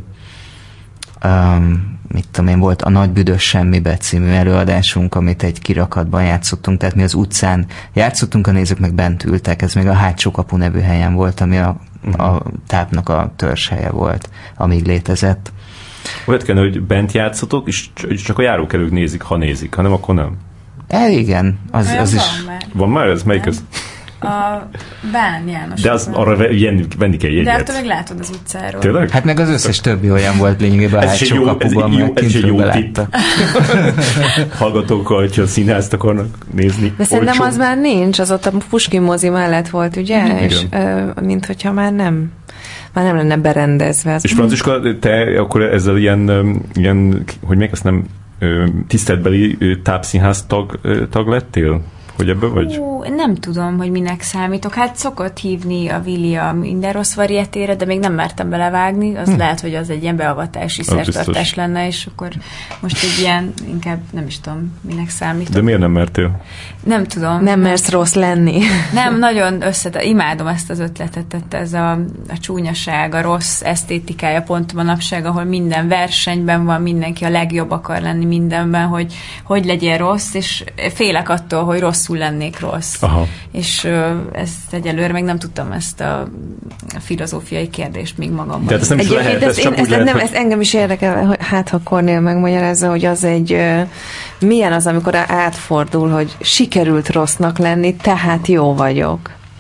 S3: mit tudom én, volt a Nagy büdös semmibe című előadásunk, amit egy kirakatban játszottunk, tehát mi az utcán játszottunk, a nézők meg bent ültek, ez még a Hátsó kapu nevű helyen volt, ami a Tápnak a törzshelye volt, amíg létezett.
S1: Olyat kellene, hogy bent játszotok, és csak a járókelők nézik, ha nézik, hanem akkor nem.
S3: Igen, az is.
S1: Van már ez? Melyik ez?
S6: A Bán János.
S1: De az arra venni kell jegyet.
S6: De attól meg látod az utcáról.
S1: Tényleg?
S3: Hát meg az összes többi olyan volt lényegében a Hátsó kapuban,
S1: ez egy jó tipp. Hallgatók, hogyha színházt akarnak nézni.
S2: De szerintem az már nincs, az ott a Puskin mozi mellett volt, ugye? És mint hogyha már nem lenne berendezve.
S1: És Franciska, te akkor ezzel ilyen hogy még azt nem tiszteletbeli Tápszínház tag lettél? Hogy ebben vagy?
S6: Nem tudom, hogy minek számítok. Hát szokott hívni a Vili a Minden rossz varietére, de még nem mertem belevágni. Az lehet, hogy az egy ilyen beavatási szertartás lenne, és akkor most egy ilyen, inkább nem is tudom, minek számítok.
S1: De miért nem mertél?
S6: Nem tudom.
S2: Nem mersz rossz lenni.
S6: Nem, nagyon imádom ezt az ötletet, tehát ez a csúnyaság, a rossz esztétikája pont manapság, ahol minden versenyben van, mindenki a legjobb akar lenni mindenben, hogy legyen rossz, és félek attól, hogy rosszul lennék rossz.
S1: Aha.
S6: És ezt egyelőre meg nem tudtam ezt a filozófiai kérdést még magamban.
S1: Tehát ezt nem is lehet,
S2: ez engem is érdekel, hogy hát ha Kornél megmagyarázza, hogy az egy milyen az, amikor átfordul, hogy sikerült rossznak lenni, tehát jó vagyok.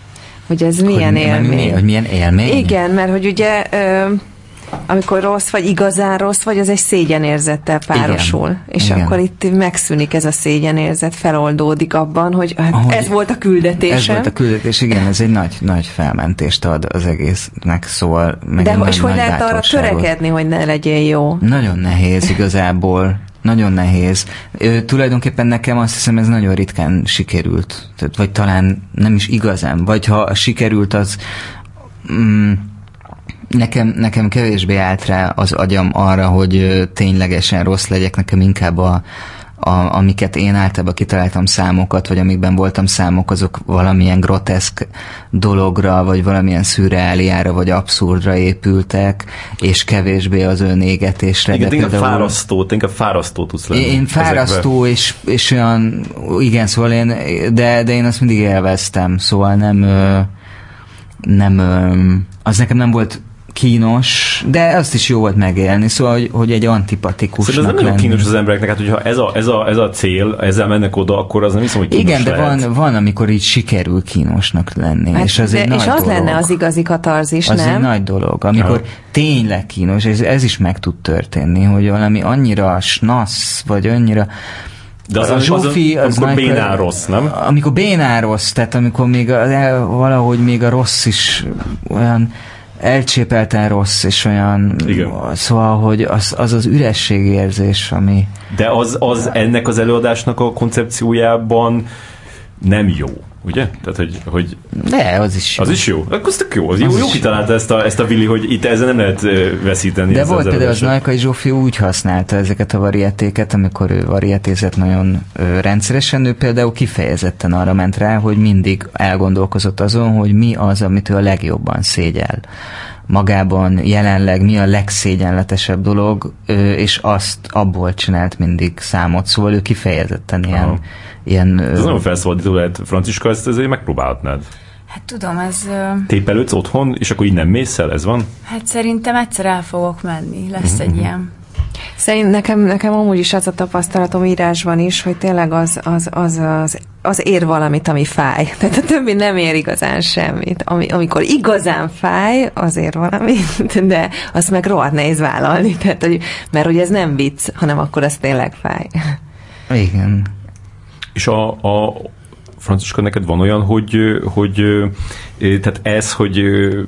S2: hogy ez milyen élmény.
S3: Hogy milyen élmény?
S2: Igen, mert hogy ugye amikor rossz vagy, igazán rossz vagy, az egy szégyenérzettel párosul. Igen. És igen. Akkor itt megszűnik ez a szégyenérzet, feloldódik abban, hogy ez volt a küldetésem.
S3: Ez volt a küldetés, igen, ez egy nagy felmentést ad az egésznek, szóval meg
S2: de és hogy lehet arra törekedni, hogy ne legyél jó?
S3: Nagyon nehéz igazából. Nagyon nehéz. Tulajdonképpen nekem azt hiszem, ez nagyon ritkán sikerült. Tehát, vagy talán nem is igazán. Vagy ha sikerült, az nekem kevésbé állt rá az agyam arra, hogy ténylegesen rossz legyek. Nekem inkább amiket én általában kitaláltam számokat, vagy amikben voltam számok, azok valamilyen groteszk dologra, vagy valamilyen szürreáliára, vagy abszurdra épültek, és kevésbé az önégetésre.
S1: Igen, inkább fárasztó tudsz lenni.
S3: Én fárasztó, és olyan, igen, szóval de én azt mindig élveztem, szóval nem az nekem nem volt kínos, de azt is jó volt megélni, szóval, hogy egy antipatikusnak lenni.
S1: Ez nem nagyon kínos az embereknek, hát hogyha ez a cél, ezzel mennek oda, akkor az nem hiszem, hogy kínos
S3: igen, de
S1: lehet.
S3: van, amikor így sikerül kínosnak lenni,
S2: hát
S3: és az egy nagy dolog.
S2: És az lenne az igazi katarzis,
S3: az
S2: nem?
S3: Az egy nagy dolog, amikor tényleg kínos, ez is meg tud történni, hogy valami annyira snasz, vagy annyira
S1: de az Zsófi, amikor bénán rossz, nem?
S3: Amikor bénán rossz, tehát amikor még valahogy még a rossz is olyan elcsépelten rossz, és olyan, igen. Szóval, hogy az ürességérzés, ami...
S1: De az ennek az előadásnak a koncepciójában nem jó, ugye? Tehát, hogy
S3: de, az is jó.
S1: Az is jó? Akkor az tök jó. Jó kitalálta ezt a Willi, hogy itt ezzel nem lehet veszíteni.
S3: De volt például az Najkai Zsófi úgy használta ezeket a varietéket, amikor ő varietézett nagyon rendszeresen, ő például kifejezetten arra ment rá, hogy mindig elgondolkozott azon, hogy mi az, amit ő a legjobban szégyel magában jelenleg, mi a legszégyenletesebb dolog, és azt abból csinált mindig számot, szóval ő kifejezetten ilyen
S1: ez nagyon felszabadító lehet, Franciska, ezt ezért megpróbálhatnád.
S6: Hát tudom, ez...
S1: Tépelődsz otthon, és akkor így nem mész el, ez van?
S6: Hát szerintem egyszer el fogok menni, lesz egy ilyen.
S2: Szerintem nekem amúgy is az a tapasztalatom írásban is, hogy tényleg az ér valamit, ami fáj. Tehát a többi nem ér igazán semmit. Amikor igazán fáj, az ér valamit, de azt meg rohadt nehéz vállalni. Tehát, mert hogy ez nem vicc, hanem akkor az tényleg fáj.
S3: Igen.
S1: És a Franciska, neked van olyan, hogy tehát ez, hogy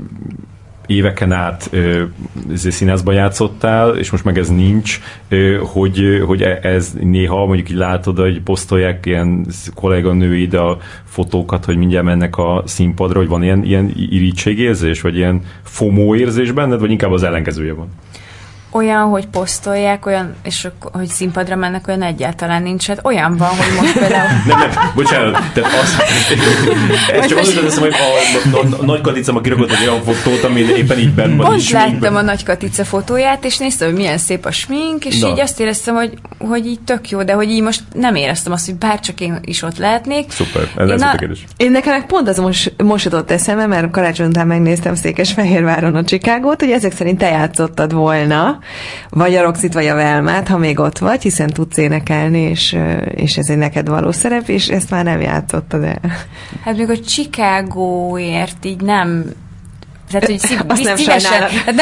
S1: éveken át színházban játszottál, és most meg ez nincs, hogy ez néha mondjuk így látod, hogy posztolják ilyen kolléganőid a fotókat, hogy mindjárt mennek a színpadra, hogy van ilyen irítségérzés, vagy ilyen FOMO érzés benned, vagy inkább az ellenkezője van?
S6: Olyan, hogy posztolják, olyan, és hogy színpadra mennek, olyan egyáltalán nincs. Hát olyan van, hogy most például...
S1: Nem, bocsánat, tehát azt... Ez csak azt teszem, hogy a Nagy Katica ma kirakott egy olyan fotót, ami éppen így benn van.
S6: Pont láttam a Nagy Katica fotóját, és néztem, hogy milyen szép a smink, és így azt éreztem, hogy így tök jó, de hogy így most nem éreztem azt, hogy bárcsak én is ott lehetnék.
S1: Szuper, ez lesz a kérdés.
S2: Én nekem meg pont az most jutott eszembe, mert karácsony után megnéztem Székesfehérváron a Chicagót, hogy ezek szerint te játszottad volna, vagy a Roxit, vagy a Velmát, ha még ott vagy, hiszen tudsz énekelni, és ez egy neked való szerep, és ezt már nem játszottad el.
S6: Hát még a Chicagóért így nem... Tehát, hogy szívesen...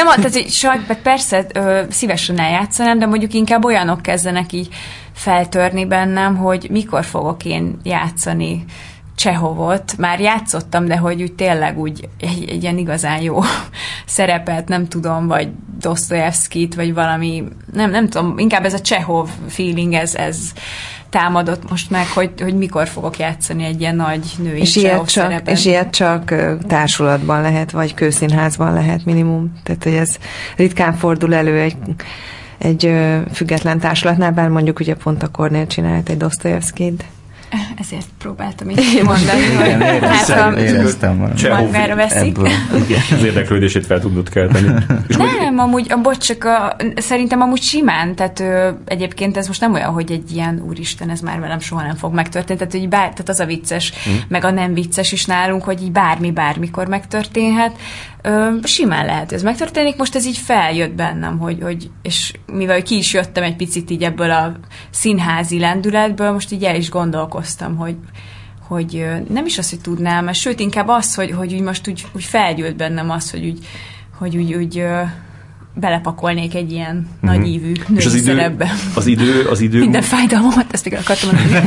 S6: Persze szívesen eljátszanám, de mondjuk inkább olyanok kezdenek így feltörni bennem, hogy mikor fogok én játszani Csehovot. Már játszottam, de hogy úgy tényleg úgy egy ilyen igazán jó szerepet, nem tudom, vagy Dostoyevskit, vagy valami, nem tudom, inkább ez a Csehov feeling, ez támadott most meg, hogy mikor fogok játszani egy ilyen nagy női Csehov szerepet.
S2: És ilyet csak társulatban lehet, vagy kőszínházban lehet minimum. Tehát, hogy ez ritkán fordul elő egy független társulatnál, bár mondjuk ugye pont a Kornél csinált egy Dostoyevskit.
S6: Ezért próbáltam így mondani, hogy
S3: éreztem
S6: magára veszik.
S1: Az érdeklődését fel tudod kelteni.
S6: Nem, amúgy, szerintem amúgy simán, tehát egyébként ez most nem olyan, hogy egy ilyen úristen, ez már velem soha nem fog megtörténni, tehát, tehát az a vicces, meg a nem vicces is nálunk, hogy így bármikor megtörténhet. Simán lehet, ez megtörténik, most ez így feljött bennem, hogy és mivel ki is jöttem egy picit így ebből a színházi lendületből, most így el is gondolkoztam, nem is az, hogy tudnám, mert sőt, inkább az, hogy úgy most úgy felgyűlt bennem az, hogy úgy belepakolnék egy ilyen nagy ívű női szerepbe.
S1: Az idő...
S6: Minden fájdalmamat, ezt még akartam mondani.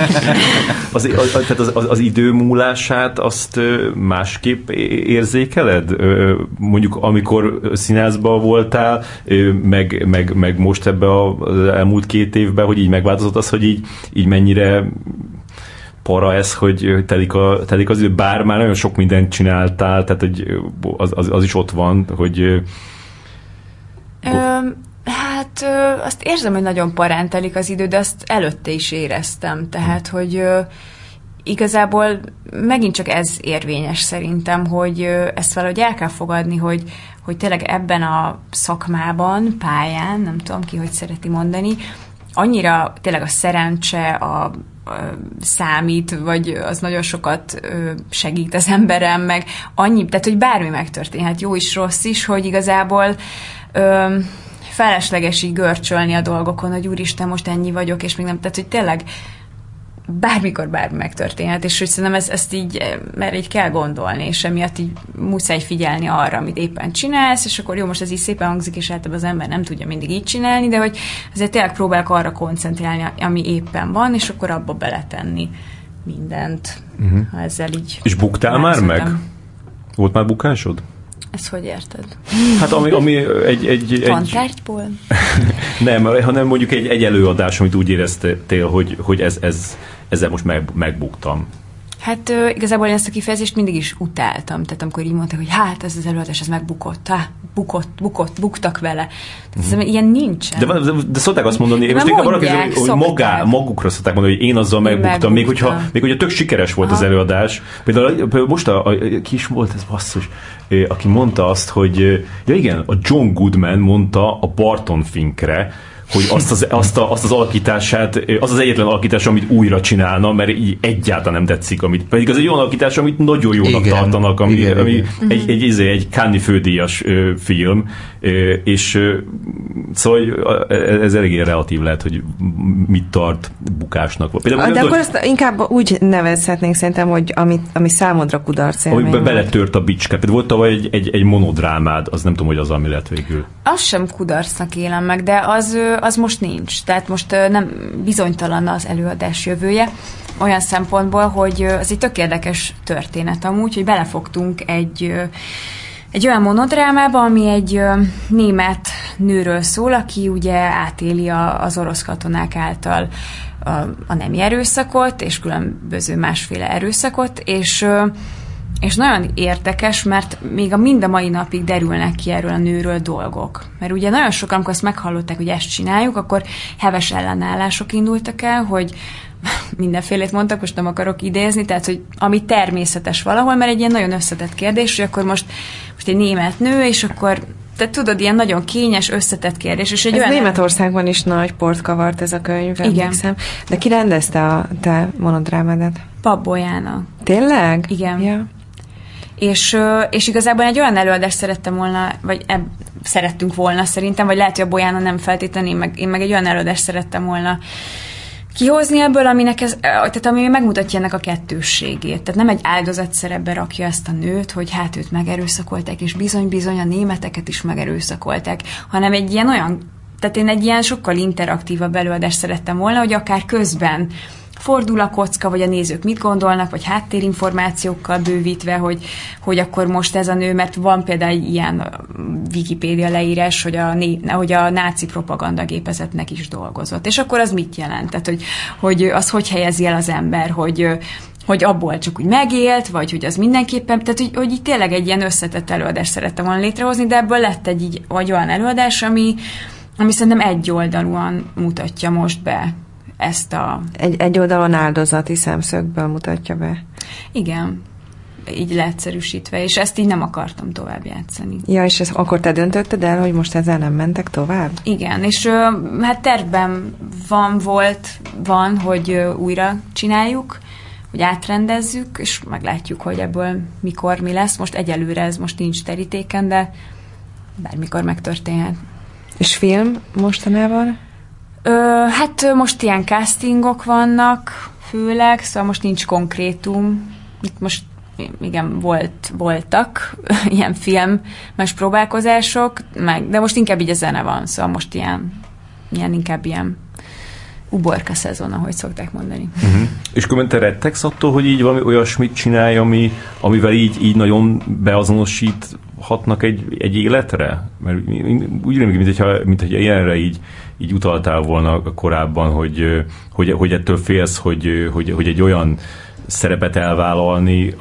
S1: Az idő múlását azt másképp érzékeled? Mondjuk amikor színházban voltál, meg most ebbe az elmúlt 2 évben, hogy így megváltozott az, hogy így mennyire para ez, hogy telik az idő, bár már nagyon sok mindent csináltál, tehát hogy az is ott van, hogy...
S6: Azt érzem, hogy nagyon parán telik az idő, de azt előtte is éreztem. Tehát, hogy igazából megint csak ez érvényes szerintem, hogy ezt valahogy el kell fogadni, hogy tényleg ebben a szakmában, pályán, nem tudom ki, hogy szereti mondani, annyira tényleg a szerencse, számít, vagy az nagyon sokat segít az emberem, meg annyi, tehát, hogy bármi megtörténhet, jó is, rossz is, hogy igazából felesleges így görcsölni a dolgokon, hogy úristen, most ennyi vagyok, és még nem, tehát, hogy tényleg bármikor bármi megtörténhet, és hogy szerintem ezt így, mert így kell gondolni, és emiatt így muszáj figyelni arra, amit éppen csinálsz, és akkor jó, most ez így szépen hangzik, és általában az ember nem tudja mindig így csinálni, de hogy azért tényleg próbálok arra koncentrálni, ami éppen van, és akkor abba beletenni mindent. Ha ezzel így...
S1: És buktál már meg? Volt már bukásod?
S6: Ezt hogy érted?
S1: Hát ami egy
S6: Tantárgyból?
S1: Nem, hanem mondjuk egy előadás, amit úgy éreztél, hogy ezzel most megbuktam.
S6: Hát igazából én ezt a kifejezést mindig is utáltam. Tehát amikor így mondták, hogy hát ez az előadás, ez megbukott, buktak vele. Tehát ilyen nincsen.
S1: De szokták azt mondani, most inkább valaki, hogy magukra szokták mondani, hogy én azzal megbuktam, még hogyha tök sikeres volt az előadás. Például most ki is volt ez, basszus, aki mondta azt, hogy ja igen, a John Goodman mondta a Barton Finkre, hogy azt az alakítását, az egyetlen alakítás, amit újra csinálna, mert így egyáltalán nem tetszik, pedig az egy olyan alakítás, amit nagyon jónak tartanak, ami egy Cannes fődíjas film, és szóval ez eléggé relatív lehet, hogy mit tart bukásnak.
S2: Például, de akkor ezt inkább úgy nevezhetnénk szerintem, hogy ami számodra kudarc élmény.
S1: Hogy beletört a bicske. Például volt tavaly egy monodrámád, az nem tudom, hogy az, ami lett végül.
S6: Az sem kudarcnak élem meg, de az most nincs. Tehát most nem bizonytalan az előadás jövője, olyan szempontból, hogy az egy tök érdekes történet amúgy, hogy belefogtunk egy olyan monodrámába, ami egy német nőről szól, aki ugye átéli az orosz katonák által a nemi erőszakot, és különböző másféle erőszakot, és nagyon érdekes, mert még mind a mai napig derülnek ki erről a nőről dolgok. Mert ugye nagyon sokan, amikor azt meghallották, hogy ezt csináljuk, akkor heves ellenállások indultak el, hogy mindenfélét mondtak, most nem akarok idézni, tehát, hogy ami természetes valahol, mert egy ilyen nagyon összetett kérdés, hogy akkor most egy német nő, és akkor te tudod, ilyen nagyon kényes, összetett kérdés. És egy
S2: ez
S6: olyan
S2: Németországban is nagy port kavart ez a könyv, emlékszem. De ki rendezte a te monodrámádat?
S6: Pap Bojana.
S2: Tényleg?
S6: Igen.
S2: Ja.
S6: És igazából egy olyan előadást szerettem volna, vagy szerettünk volna szerintem, vagy lehet, hogy a Bojana nem feltétlenül, én meg egy olyan előadást szerettem volna kihozni ebből, ami megmutatja ennek a kettősségét. Tehát nem egy áldozatszerepbe rakja ezt a nőt, hogy hát őt megerőszakolták, és bizony a németeket is megerőszakolták, hanem egy ilyen tehát én egy ilyen sokkal interaktívabb előadást szerettem volna, hogy akár közben fordul a kocka, vagy a nézők mit gondolnak, vagy háttérinformációkkal bővítve, hogy akkor most ez a nő, mert van például ilyen Wikipédia leírás, hogy a náci propagandagépezetnek is dolgozott. És akkor az mit jelent? Tehát, hogy az hogy helyezi el az ember, hogy abból csak úgy megélt, vagy hogy az mindenképpen, tehát hogy így tényleg egy ilyen összetett előadást szerettem volna létrehozni, de ebből lett egy olyan előadás, ami szerintem egyoldalúan mutatja most be ezt a...
S2: Egy oldalon áldozati szemszögből mutatja be.
S6: Igen, így leegyszerűsítve, és ezt így nem akartam tovább játszani.
S2: Ja, és akkor te döntötted el, hogy most ezzel nem mentek tovább?
S6: Igen, és hát tervben van, hogy újra csináljuk, hogy átrendezzük, és meglátjuk, hogy ebből mikor mi lesz. Most egyelőre ez most nincs terítéken, de bármikor megtörténhet.
S2: És film mostanában?
S6: Hát most ilyen castingok vannak, főleg, szóval most nincs konkrétum. Itt most igen, voltak ilyen filmes próbálkozások, de most inkább így a zene van, szóval most inkább ilyen uborka szezon, ahogy szokták mondani.
S1: És különben te rettegsz attól, hogy így valami olyasmit csinálj, amivel így nagyon beazonosíthatnak egy életre? Mert úgy rémlik, mintha ilyenre így utaltál volna korábban, hogy ettől félsz, hogy egy olyan szerepet elvállalni,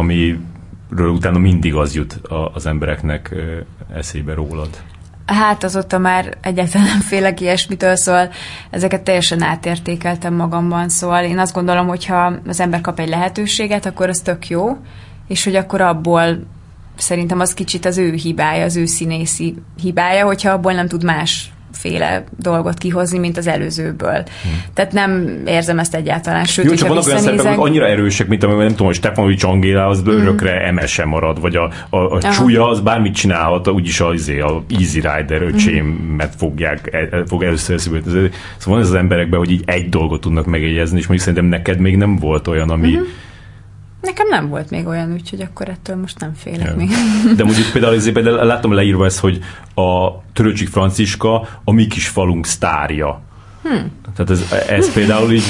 S1: amiről utána mindig az jut az embereknek eszébe rólad.
S6: Hát azóta már egyáltalán nem félek ilyesmitől, szóval ezeket teljesen átértékeltem magamban, szóval én azt gondolom, hogyha az ember kap egy lehetőséget, akkor az tök jó, és hogy akkor abból szerintem az kicsit az ő hibája, az ő színészi hibája, hogyha abból nem tud másféle dolgot kihozni, mint az előzőből. Tehát nem érzem ezt egyáltalán, sőt,
S1: jó, csak vannak olyan szerepek, annyira erősek, mint amely nem tudom, hogy Stefanovics Angéla az örökre emese marad, vagy a Csúlya az bármit csinálhat, úgyis a Easy Rider öcsémet fog először eszébe. Szóval van ez az emberekben, hogy így egy dolgot tudnak megjegyezni, és mondjuk szerintem neked még nem volt olyan, ami...
S6: Nekem nem volt még olyan, úgyhogy akkor ettől most nem félek még.
S1: De mondjuk például láttam leírva ezt, hogy a Törőcsik Franciska a mi kis falunk sztárja. Tehát ez például így...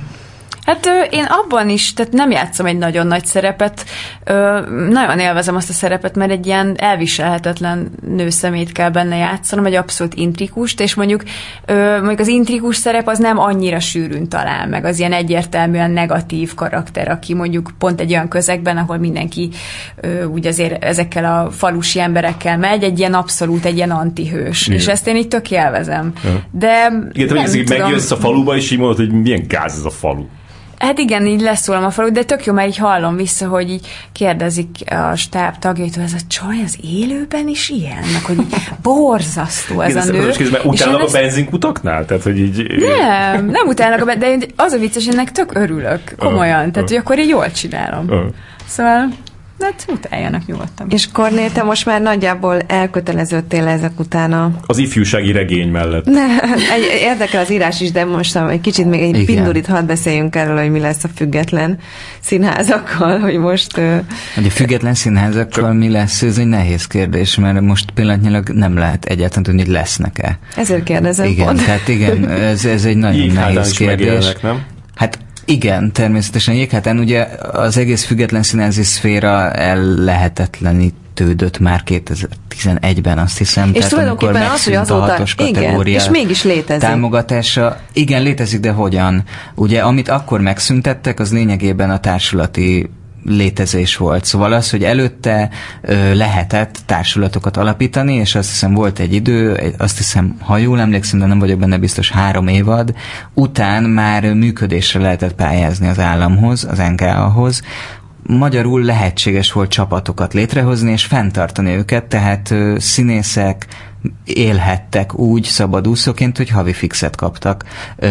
S6: Hát én abban is, tehát nem játszom egy nagyon nagy szerepet, nagyon élvezem azt a szerepet, mert egy ilyen elviselhetetlen nőszemét kell benne játszanom, egy abszolút intrikust, és mondjuk az intrikus szerep az nem annyira sűrűn talál meg, az ilyen egyértelműen negatív karakter, aki mondjuk pont egy olyan közegben, ahol mindenki úgy azért ezekkel a falusi emberekkel megy, egy ilyen abszolút, egy ilyen antihős. Igen. És ezt én így tök élvezem. De
S1: igen, nem tudom. Megjössz a faluba, és így mondod, hogy milyen gáz ez a falu.
S6: Hát igen, így leszólom a falut, de tök jó, mert így hallom vissza, hogy így kérdezik a stáb tagjaitól, ez a csaj az élőben is ilyen? Meg hogy így borzasztó ez a nő.
S1: Utálnak a benzinkutaknál? Tehát, hogy így...
S6: Nem utálnak de az a vicces, ennek tök örülök, komolyan. Tehát, hogy akkor így jól csinálom. Szóval... Hát utáljanak nyugodtan.
S2: És Kornél, te most már nagyjából elköteleződtél ezek után
S1: az ifjúsági regény mellett.
S2: Érdekel az írás is, de most egy kicsit még egy pindurit hadd beszéljünk erről, hogy mi lesz a független színházakkal, hogy most...
S3: Hogy a független színházakkal mi lesz, ez egy nehéz kérdés, mert most pillanatnyilag nem lehet egyáltalán tudni, hogy lesznek-e.
S2: Ezért kérdezem
S3: igen,
S2: pont.
S3: Tehát igen, ez egy nagyon nehéz kérdés. Nem? Hát igen, természetesen Jéghátán ugye az egész független színházi szféra ellehetetlenítődött már 2011-ben, azt hiszem.
S2: És tulajdonképpen az, hogy azóta, igen, és mégis létezik.
S3: Támogatása, igen, létezik, de hogyan? Ugye, amit akkor megszüntettek, az lényegében a társulati létezés volt. Szóval az, hogy előtte lehetett társulatokat alapítani, és azt hiszem volt egy idő, azt hiszem, ha jól emlékszem, de nem vagyok benne biztos, 3 évad, után már működésre lehetett pályázni az államhoz, az NKA-hoz. Magyarul lehetséges volt csapatokat létrehozni, és fenntartani őket, tehát színészek élhettek úgy szabadúszóként, hogy havi fixet kaptak,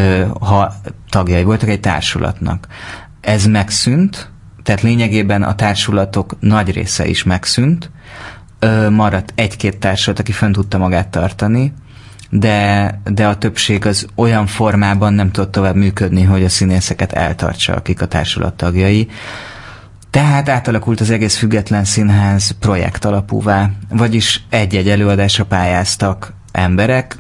S3: ha tagjai voltak egy társulatnak. Ez megszűnt, tehát lényegében a társulatok nagy része is megszűnt, maradt 1-2 társulat, aki fönn tudta magát tartani, de a többség az olyan formában nem tud tovább működni, hogy a színészeket eltartsa, akik a társulat tagjai. Tehát átalakult az egész független színház projekt alapúvá, vagyis egy-egy előadásra pályáztak emberek,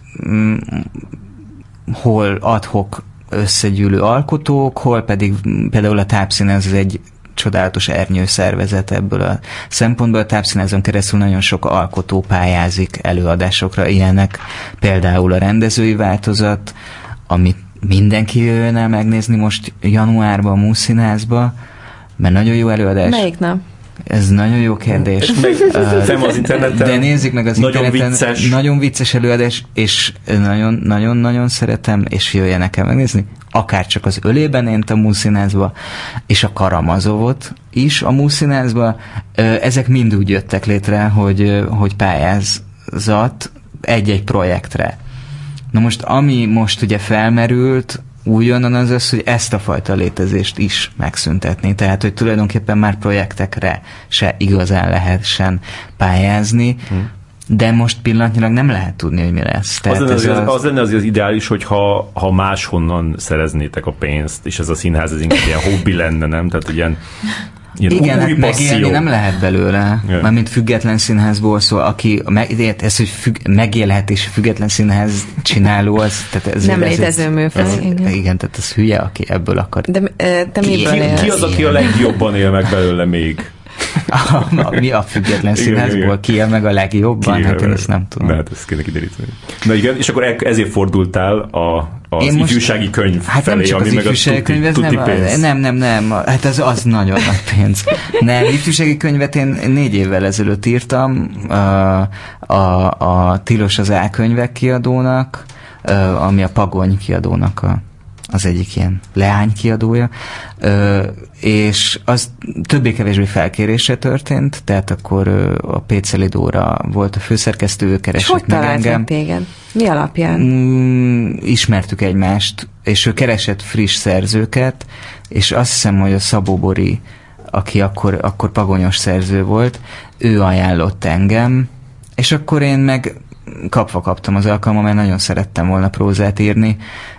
S3: hol ad-hoc összegyűlő alkotók, hol pedig például a Tápszínház az egy csodálatos ernyőszervezet ebből a szempontból. A Tápszínházon keresztül nagyon sok alkotó pályázik előadásokra, ilyenek például a rendezői változat, amit mindenki jöjjön el megnézni most januárban a Múszszínházba, mert nagyon jó előadás.
S2: Melyik nap?
S3: Ez nagyon jó kérdés.
S1: Az interneten.
S3: De nézzük meg az
S1: nagyon
S3: interneten.
S1: Vicces.
S3: Nagyon vicces előadás, és nagyon-nagyon szeretem, és jöjjenek el megnézni. Akár csak az Ölében ént a Múszszínházba, és a Karamazovot is a Múszszínházba. Ezek mind úgy jöttek létre, hogy pályázat egy-egy projektre. Na most, ami most ugye felmerült, újonnan az, hogy ezt a fajta létezést is megszüntetni. Tehát, hogy tulajdonképpen már projektekre se igazán lehessen pályázni. De most pillanatnyilag nem lehet tudni, hogy mi lesz.
S1: Tehát az lenne az ideális, hogyha máshonnan szereznétek a pénzt, és ez a színház ez inkább ilyen hobbi lenne, nem? Tehát ilyen
S3: igen, hát megélni nem lehet belőle. Yeah. Mármint független színházból szól, aki ez, hogy megélhet és független színház csináló, az... Tehát ez
S2: nem létező műfaj.
S3: Igen, tehát ez hülye, aki ebből akar.
S2: De te miből élsz?
S1: Ki az, aki a legjobban él meg belőle még?
S3: Mi a független színházból ki él meg a legjobban? Hát én ezt nem tudom.
S1: De hát ezt kéne kideríteni. Na igen, és akkor ezért fordultál az ifjúsági könyv felé,
S3: ami meg a tuti pénz. Nem. Hát az nagyon nagy pénz. Nem, ifjúsági könyvet én 4 évvel ezelőtt írtam a Tilos az A-könyvek kiadónak, ami a Pagony kiadónak az egyik ilyen leány kiadója, és az többé-kevésbé felkérésre történt, tehát akkor a Péceli Dóra volt a főszerkesztő, keresett meg engem.
S2: Téged? Mi alapján?
S3: Ismertük egymást, és ő keresett friss szerzőket, és azt hiszem, hogy a Szabó Bori, aki akkor pagonyos szerző volt, ő ajánlott engem, és akkor én meg kaptam az alkalmat, mert nagyon szerettem volna prózát írni,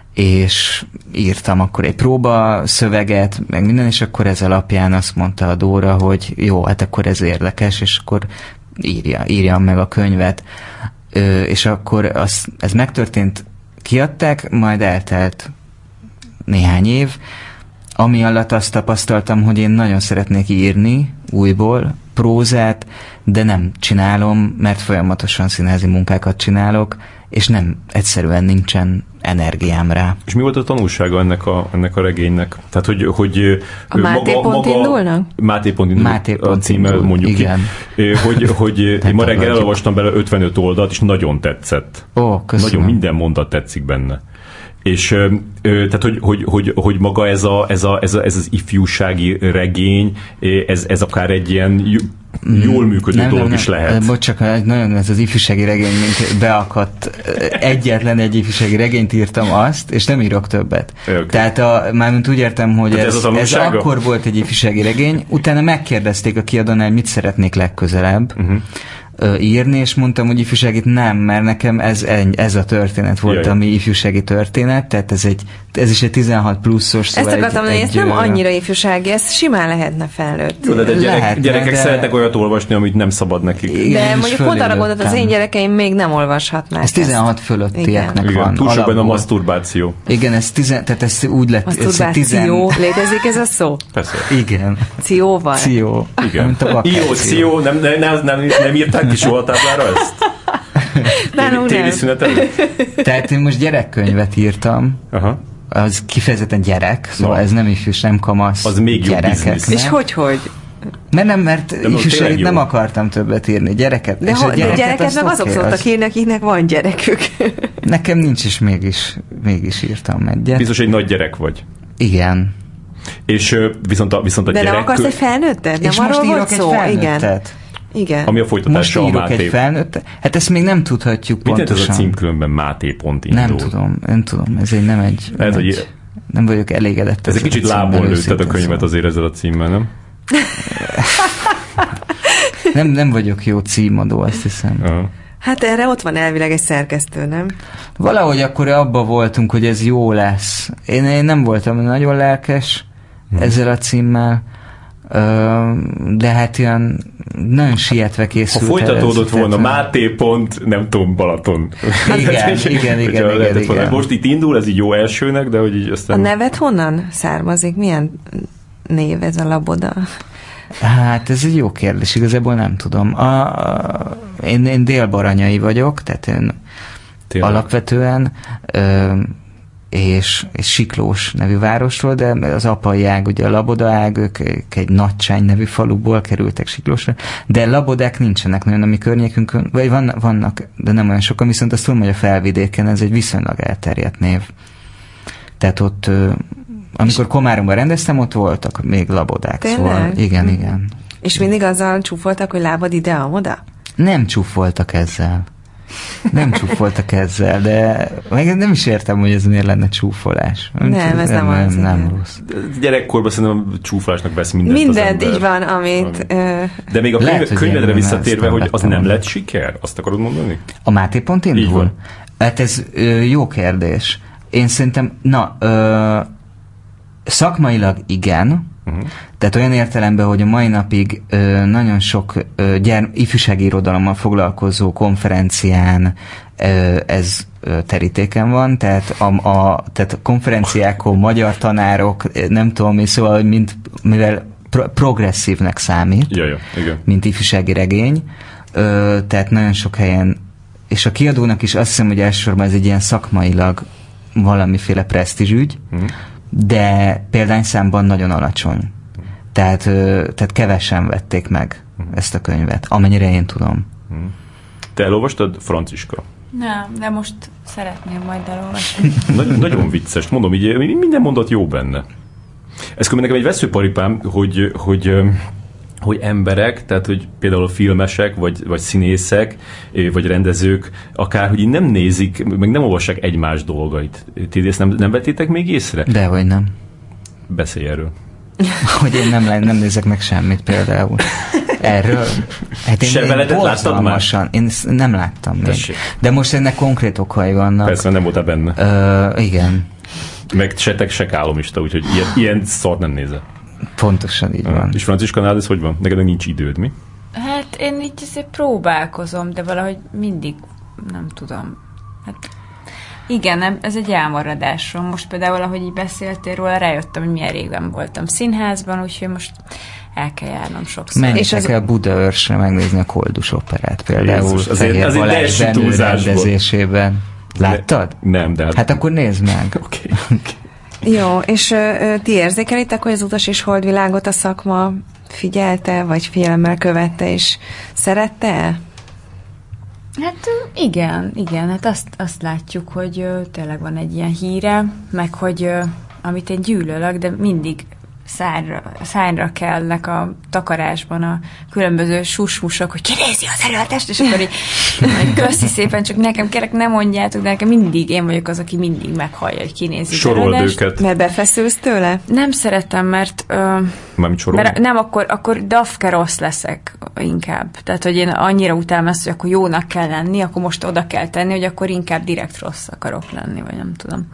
S3: és írtam akkor egy próba szöveget, meg minden, és akkor ez alapján azt mondta a Dóra, hogy jó, hát akkor ez érdekes, és akkor írjam meg a könyvet. És akkor ez megtörtént, kiadták, majd eltelt néhány év, ami alatt azt tapasztaltam, hogy én nagyon szeretnék írni újból prózát, de nem csinálom, mert folyamatosan színházi munkákat csinálok, és egyszerűen nincsen energiám rá.
S1: És mi volt a tanulsága ennek a regénynek? Tehát, hogy
S2: a Máté pont indulnak?
S1: Máté pont indul a címmel, mondjuk
S3: igen.
S1: Hogy én ma reggel elolvastam bele 55 oldalt, és nagyon tetszett.
S3: Ó, köszönöm.
S1: Nagyon minden mondat tetszik benne. És tehát, hogy maga ez az ifjúsági regény, ez akár egy ilyen jól működő dolog is lehet.
S3: Bocs, csak nagyon ez az ifjúsági regény, mint beakadt. Egyetlen egy ifjúsági regényt írtam azt, és nem írok többet. Okay. Tehát mármint úgy értem, hogy ez akkor volt egy ifjúsági regény, utána megkérdezték a kiadónál, mit szeretnék legközelebb. Írni, és mondtam, hogy ifjúságit nem, mert nekem ez a történet volt, ami ifjúsági történet, tehát ez is egy 16 pluszos,
S2: szóval ezt akartam mondani, ez nem annyira ifjúsági, ez simán lehetne felnőtt.
S1: Jó, de gyerekek szeretnek olyat olvasni, amit nem szabad nekik.
S2: De mondjuk pont arra gondolt, az én gyerekeim még nem olvashatnák.
S3: Ez 16 fölöttieknek van.
S1: Túl sok benne a maszturbáció.
S3: Igen, tehát ez úgy lett.
S2: Maszturbáció, létezik ez a szó?
S1: Persze.
S3: Igen.
S2: Cióval?
S3: Ció.
S1: Igen. Ció, nem írták ki soha táblára ezt? Téli szünet előtt?
S3: Tehát én most gyerekkönyvet írtam.
S1: Aha.
S3: Az kifejezetten gyerek, szóval ez nem ifjús, nem kamasz.
S1: Az még jobb biznisz.
S2: És hogy?
S3: Mert ifjúságit nem akartam többet írni. Gyereket.
S2: De gyereket meg azok szoktak írni, akiknek van gyerekük.
S3: Nekem nincs, és mégis írtam egyet.
S1: Biztos egy nagy gyerek vagy.
S3: Igen.
S1: És viszont a
S2: de
S1: gyerek...
S2: De nem akarsz egy felnőttet? Nem
S3: és most írok egy felnőttet.
S2: Igen.
S1: Ami a folytatása
S3: most
S1: a Máté.
S3: Egy felnőtt. Hát ezt még nem tudhatjuk pontosan.
S1: Mit ez a címkülönben Máté pont indul?
S3: Nem tudom. Ez nem egy... Nem vagyok elégedett.
S1: Ez egy kicsit lábon lőtted a könyvet azért ezzel a címmel, nem?
S3: nem vagyok jó címadó, azt hiszem.
S2: Hát erre ott van elvileg egy szerkesztő, nem?
S3: Valahogy akkor abba voltunk, hogy ez jó lesz. Én nem voltam nagyon lelkes ezzel a címmel, de hát ilyen nagyon sietve készült.
S1: Ha folytatódott volna Máté pont, nem tudom, Balaton.
S3: Igen.
S1: Most itt indul, ez így jó elsőnek, de hogy így aztán...
S2: A nevet honnan származik? Milyen név ez a Laboda?
S3: Hát ez egy jó kérdés, igazából nem tudom. Én délbaranyai vagyok, tehát én alapvetően és Siklós nevű városról, de az apai ág, ugye a Laboda ág, ők egy Nagycsány nevű faluból kerültek Siklósra, de labodák nincsenek nagyon a mi környékünkön, vagy vannak, de nem olyan sokan, viszont azt tudom, hogy a Felvidéken ez egy viszonylag elterjedt név. Tehát ott, amikor Komáromban rendeztem, ott voltak még labodák.
S2: Tényleg?
S3: Szóval igen.
S2: És mindig azzal csúfoltak, hogy lábad ide, amoda?
S3: Nem csúfoltak ezzel. Nem csúfoltak ezzel, de meg nem is értem, hogy ez miért lenne csúfolás.
S2: Nem, ez nem az.
S3: Nem rossz.
S1: Gyerekkorban szerintem csúfolásnak vesz mindent
S2: mindent így van, amit...
S1: De még a könyvedre visszatérve, hogy az nem lett siker? Azt akarod mondani?
S3: A Máté pont indul? Hát ez jó kérdés. Én szerintem, szakmailag igen, tehát olyan értelemben, hogy a mai napig nagyon sok ifjúsági irodalommal foglalkozó konferencián ez terítéken van, tehát tehát a konferenciákon magyar tanárok, nem tudom mi, szóval, mivel progresszívnek számít,
S1: igen.
S3: mint ifjúsági regény, tehát nagyon sok helyen, és a kiadónak is azt hiszem, hogy elsősorban ez egy ilyen szakmailag valamiféle presztízsügy, de példányszámban nagyon alacsony. Tehát kevesen vették meg ezt a könyvet, amennyire én tudom.
S1: Te elolvastad, Franciska?
S6: Nem, de most szeretném majd elolvasni.
S1: Nagyon vicces, mondom, így minden mondat jó benne. Ez nekem egy veszőparipám, hogy emberek, tehát hogy például filmesek, vagy színészek, vagy rendezők, akár, hogy így nem nézik, meg nem olvassák egymás dolgait. Ti ezt nem vettétek még észre?
S3: Dehogy nem.
S1: Beszélj erről.
S3: Hogy én nem nézek meg semmit például. Erről? Hát
S1: Sebeletet láttad már?
S3: Én nem láttam még.
S1: Tessék.
S3: De most ennek konkrét okai vannak.
S1: Persze, nem voltál benne.
S3: Igen.
S1: Meg se kálomista, úgyhogy ilyen szart nem nézel.
S3: Pontosan így van.
S1: És Franciska, nálad ez hogy van? Neked nincs időd, mi?
S6: Hát én így azért próbálkozom, de valahogy mindig nem tudom. Hát igen, ez egy elmaradásom. Most például, ahogy így beszéltél róla, rájöttem, hogy milyen régen voltam színházban, úgyhogy most el kell járnom sokszor.
S3: Menjtek el Budaörsre megnézni a Koldus operát például.
S1: Jézus, azért Balázs Benő
S3: rendezésében. Láttad?
S1: Nem, de...
S3: Hát akkor nézd meg.
S1: Oké.
S2: Jó, és ti érzékelitek, hogy az Utas és Holdvilágot a szakma figyelte, vagy figyelemmel követte, és szerette el?
S6: Hát igen, hát azt látjuk, hogy tényleg van egy ilyen híre, meg hogy amit én gyűlölök, de mindig szárra kellnek a takarásban a különböző susmusok, hogy kinézi az előadást, és akkor így köszi szépen, csak nekem kérlek, nem mondjátok, de nekem mindig én vagyok az, aki mindig meghallja, hogy kinézi az előadást.
S1: Sorold őket.
S2: Mert befeszülsz tőle?
S6: Nem szeretem, mert nem, akkor dafke rossz leszek inkább. Tehát, hogy én annyira utálom ezt, hogy akkor jónak kell lenni, akkor most oda kell tenni, hogy akkor inkább direkt rossz akarok lenni, vagy nem tudom.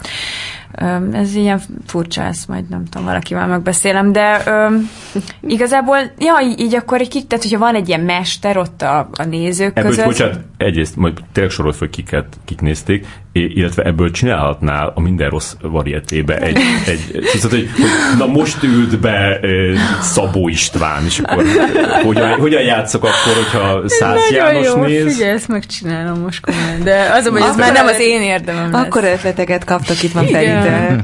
S6: Ez ilyen furcsa, ezt majd nem tudom, valakivel megbeszélem, de igazából, így akkor egy kicsit, tehát hogyha van egy ilyen mester ott a nézők között.
S1: Bocsánat, egyrészt majd tényleg sorolt fel, kik nézték, illetve ebből csinálhatnál a minden rossz varietébe egy hogy na most ült be Szabó István, és akkor hogyan játszok akkor, hogyha Szász János
S6: jó,
S1: néz?
S6: Figyelj, ezt megcsinálom most komolyan, de az, hogy ez már nem az én érdemem lesz.
S2: Akkor ötleteket kaptok itt van Feritől.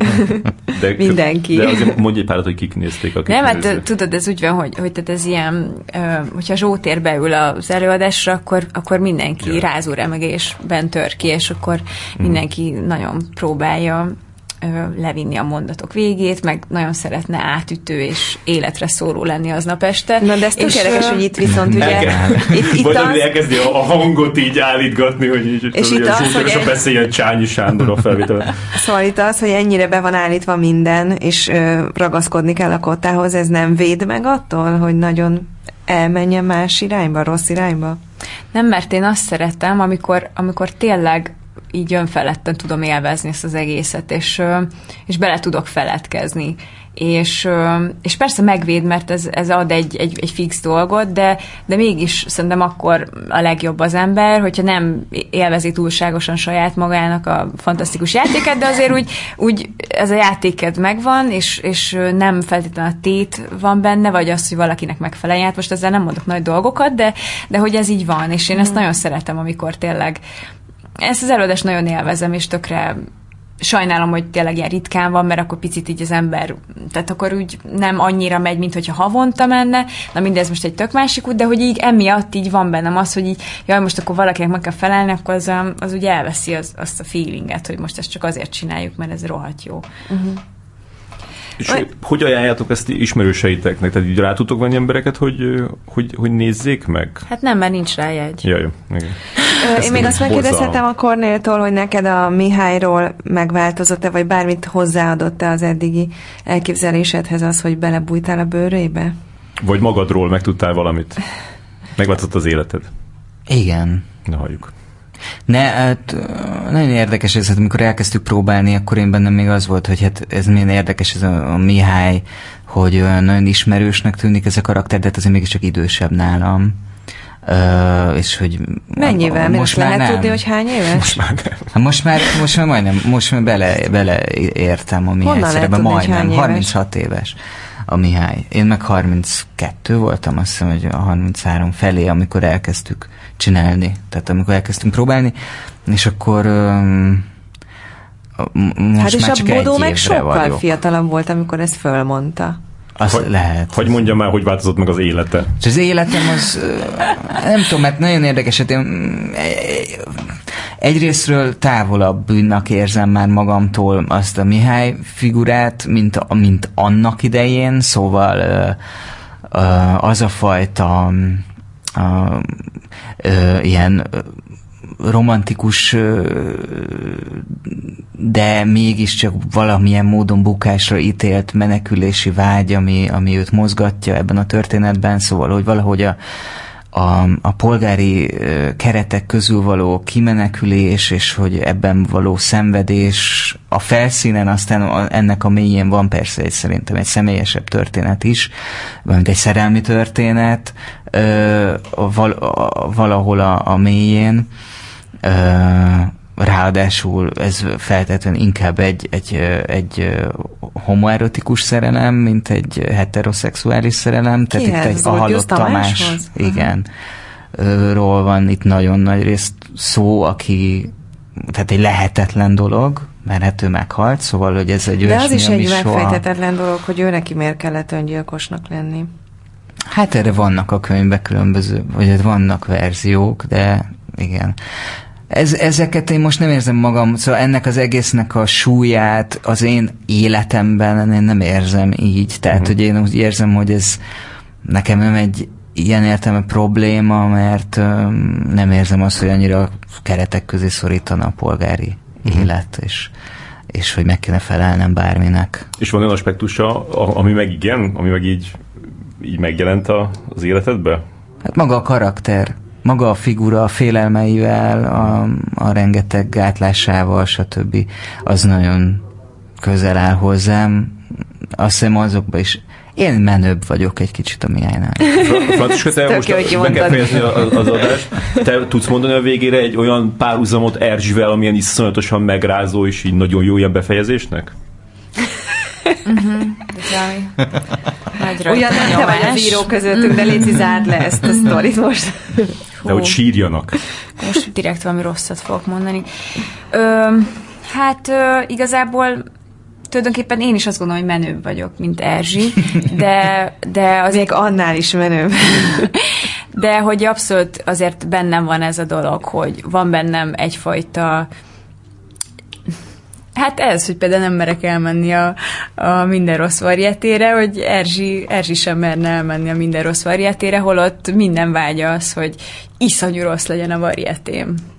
S2: Mindenki.
S1: De azért mondj egy párat, hogy kik nézték.
S6: Nem, hát tudod, ez úgy van, hogy tehát ez ilyen, hogyha Zsótér beül az előadásra, akkor mindenki rázóremegésben tör ki, és akkor mindenki nagyon próbálja levinni a mondatok végét, meg nagyon szeretne átütő és életre szóló lenni aznap este.
S2: Na, de ez tök érdekes, hogy itt viszont ugye...
S1: Vagy az... elkezdi a hangot így állítgatni, hogy így
S2: és itt az, hogy
S1: beszéljen Csányi Sándor a felvétel.
S2: Szóval itt az, hogy ennyire be van állítva minden, és ragaszkodni kell a kottához, ez nem véd meg attól, hogy nagyon elmenjen más irányba, rossz irányba?
S6: Nem, mert én azt szeretem, amikor tényleg így önfeledten tudom élvezni ezt az egészet, és bele tudok feledkezni. És persze megvéd, mert ez ad egy fix dolgot, de mégis szerintem akkor a legjobb az ember, hogyha nem élvezi túlságosan saját magának a fantasztikus játéket, de azért úgy ez a játéked megvan, és nem feltétlenül a tét van benne, vagy az, hogy valakinek megfeleljen. Hát most ezzel nem mondok nagy dolgokat, de hogy ez így van, és én ezt nagyon szeretem, amikor tényleg ezt az előadást nagyon élvezem, és tökre sajnálom, hogy tényleg ilyen ritkán van, mert akkor picit így az ember, tehát akkor úgy nem annyira megy, mint hogyha havonta menne, na mindez most egy tök másik út, de hogy így emiatt így van bennem az, hogy így, jaj, most akkor valakinek meg kell felelni, akkor az úgy elveszi azt a feelinget, hogy most ezt csak azért csináljuk, mert ez rohadt jó. Uh-huh.
S1: És hogy ajánljátok ezt ismerőseiteknek? Tehát így rá tudtok venni embereket, hogy nézzék meg?
S6: Hát nem, mert nincs rá jegy.
S1: Ja, jó. Igen.
S2: Én még azt megkérdezhetem a Kornéltól, hogy neked a Mihályról megváltozott-e, vagy bármit hozzáadott-e az eddigi elképzelésedhez az, hogy belebújtál a bőrébe?
S1: Vagy magadról megtudtál valamit? Megváltozott az életed?
S3: Igen.
S1: Na, halljuk.
S3: Hát nagyon érdekes ez, hát amikor elkezdtük próbálni, akkor én bennem még az volt, hogy hát ez milyen érdekes ez a Mihály, hogy nagyon ismerősnek tűnik ez a karakter, de hát azért mégiscsak idősebb nálam. És hogy
S2: mennyivel? Most lehet nem tudni, hogy hány éves?
S1: Most már nem.
S3: Most már majdnem, most már beleértem a Mihály szerepbe, majdnem, 36 éves a Mihály. Én meg 32 voltam, azt hiszem, hogy a 33 felé, amikor elkezdtük csinálni, tehát amikor elkezdtünk próbálni, és akkor most
S2: hát és
S3: már
S2: a
S3: csak
S2: Bodó
S3: egy
S2: meg
S3: évre
S2: sokkal
S3: vagyok.
S2: fiatalabb volt, amikor ezt fölmondta.
S3: Lehet.
S1: Hogy mondja már, hogy változott meg az élete?
S3: És az életem az, nem tudom, mert nagyon érdekes, hát én egyrésztről távolabbnak érzem már magamtól azt a Mihály figurát, mint annak idején, szóval az a fajta ilyen romantikus, de mégiscsak valamilyen módon bukásra ítélt menekülési vágy, ami őt mozgatja ebben a történetben, szóval, hogy valahogy a polgári keretek közül való kimenekülés, és hogy ebben való szenvedés a felszínen, aztán ennek a mélyén van persze szerintem egy személyesebb történet is, mint egy szerelmi történet, valahol a mélyén. Ráadásul ez feltétlenül inkább egy homoerotikus szerelem, mint egy heteroszexuális szerelem.
S2: Kihez?
S3: Tehát itt a Halott Tamás, igen, ról van itt nagyon nagy részt szó, aki, tehát egy lehetetlen dolog, mert hát ő meghalt, szóval, hogy ez egy
S2: de az is egy megfejthetetlen dolog, hogy ő neki miért kellett öngyilkosnak lenni.
S3: Hát erre vannak a könyvben különböző, vagy vannak verziók, de igen. Ezeket én most nem érzem magam, szóval ennek az egésznek a súlyát az én életemben én nem érzem így. Tehát, hogy én úgy érzem, hogy ez nekem nem egy ilyen értelme probléma, mert nem érzem azt, hogy annyira keretek közé szorítana a polgári élet, és hogy meg kéne felelnem bárminek. És
S1: van olyan aspektusa, ami meg igen, ami meg így megjelent az életedbe?
S3: Hát maga a karakter. Maga a figura a félelmeivel, a rengeteg gátlásával, stb. Az nagyon közel áll hozzám. Azt hiszem azokban is. Én menőbb vagyok egy kicsit a Mihálynál.
S1: Franciska, te most be kell fejezni az adást. Te tudsz mondani a végére egy olyan párhuzamot Erzsivel, amilyen iszonyatosan megrázó és így nagyon jó ilyen befejezésnek?
S2: Olyan nem te vagy az író közöttünk, de légy zárd le ezt a sztorit most.
S1: De hogy sírjanak.
S6: Most direkt valami rosszat fogok mondani. Igazából tulajdonképpen én is azt gondolom, hogy menőbb vagyok, mint Erzsi, de az
S2: még annál is menőbb.
S6: De hogy abszolút azért bennem van ez a dolog, hogy van bennem egyfajta hát ez, hogy például nem merek elmenni a Minden rossz varietére, hogy Erzsi sem merne elmenni a Minden rossz varietére, holott minden vágya az, hogy iszonyú rossz legyen a varietém.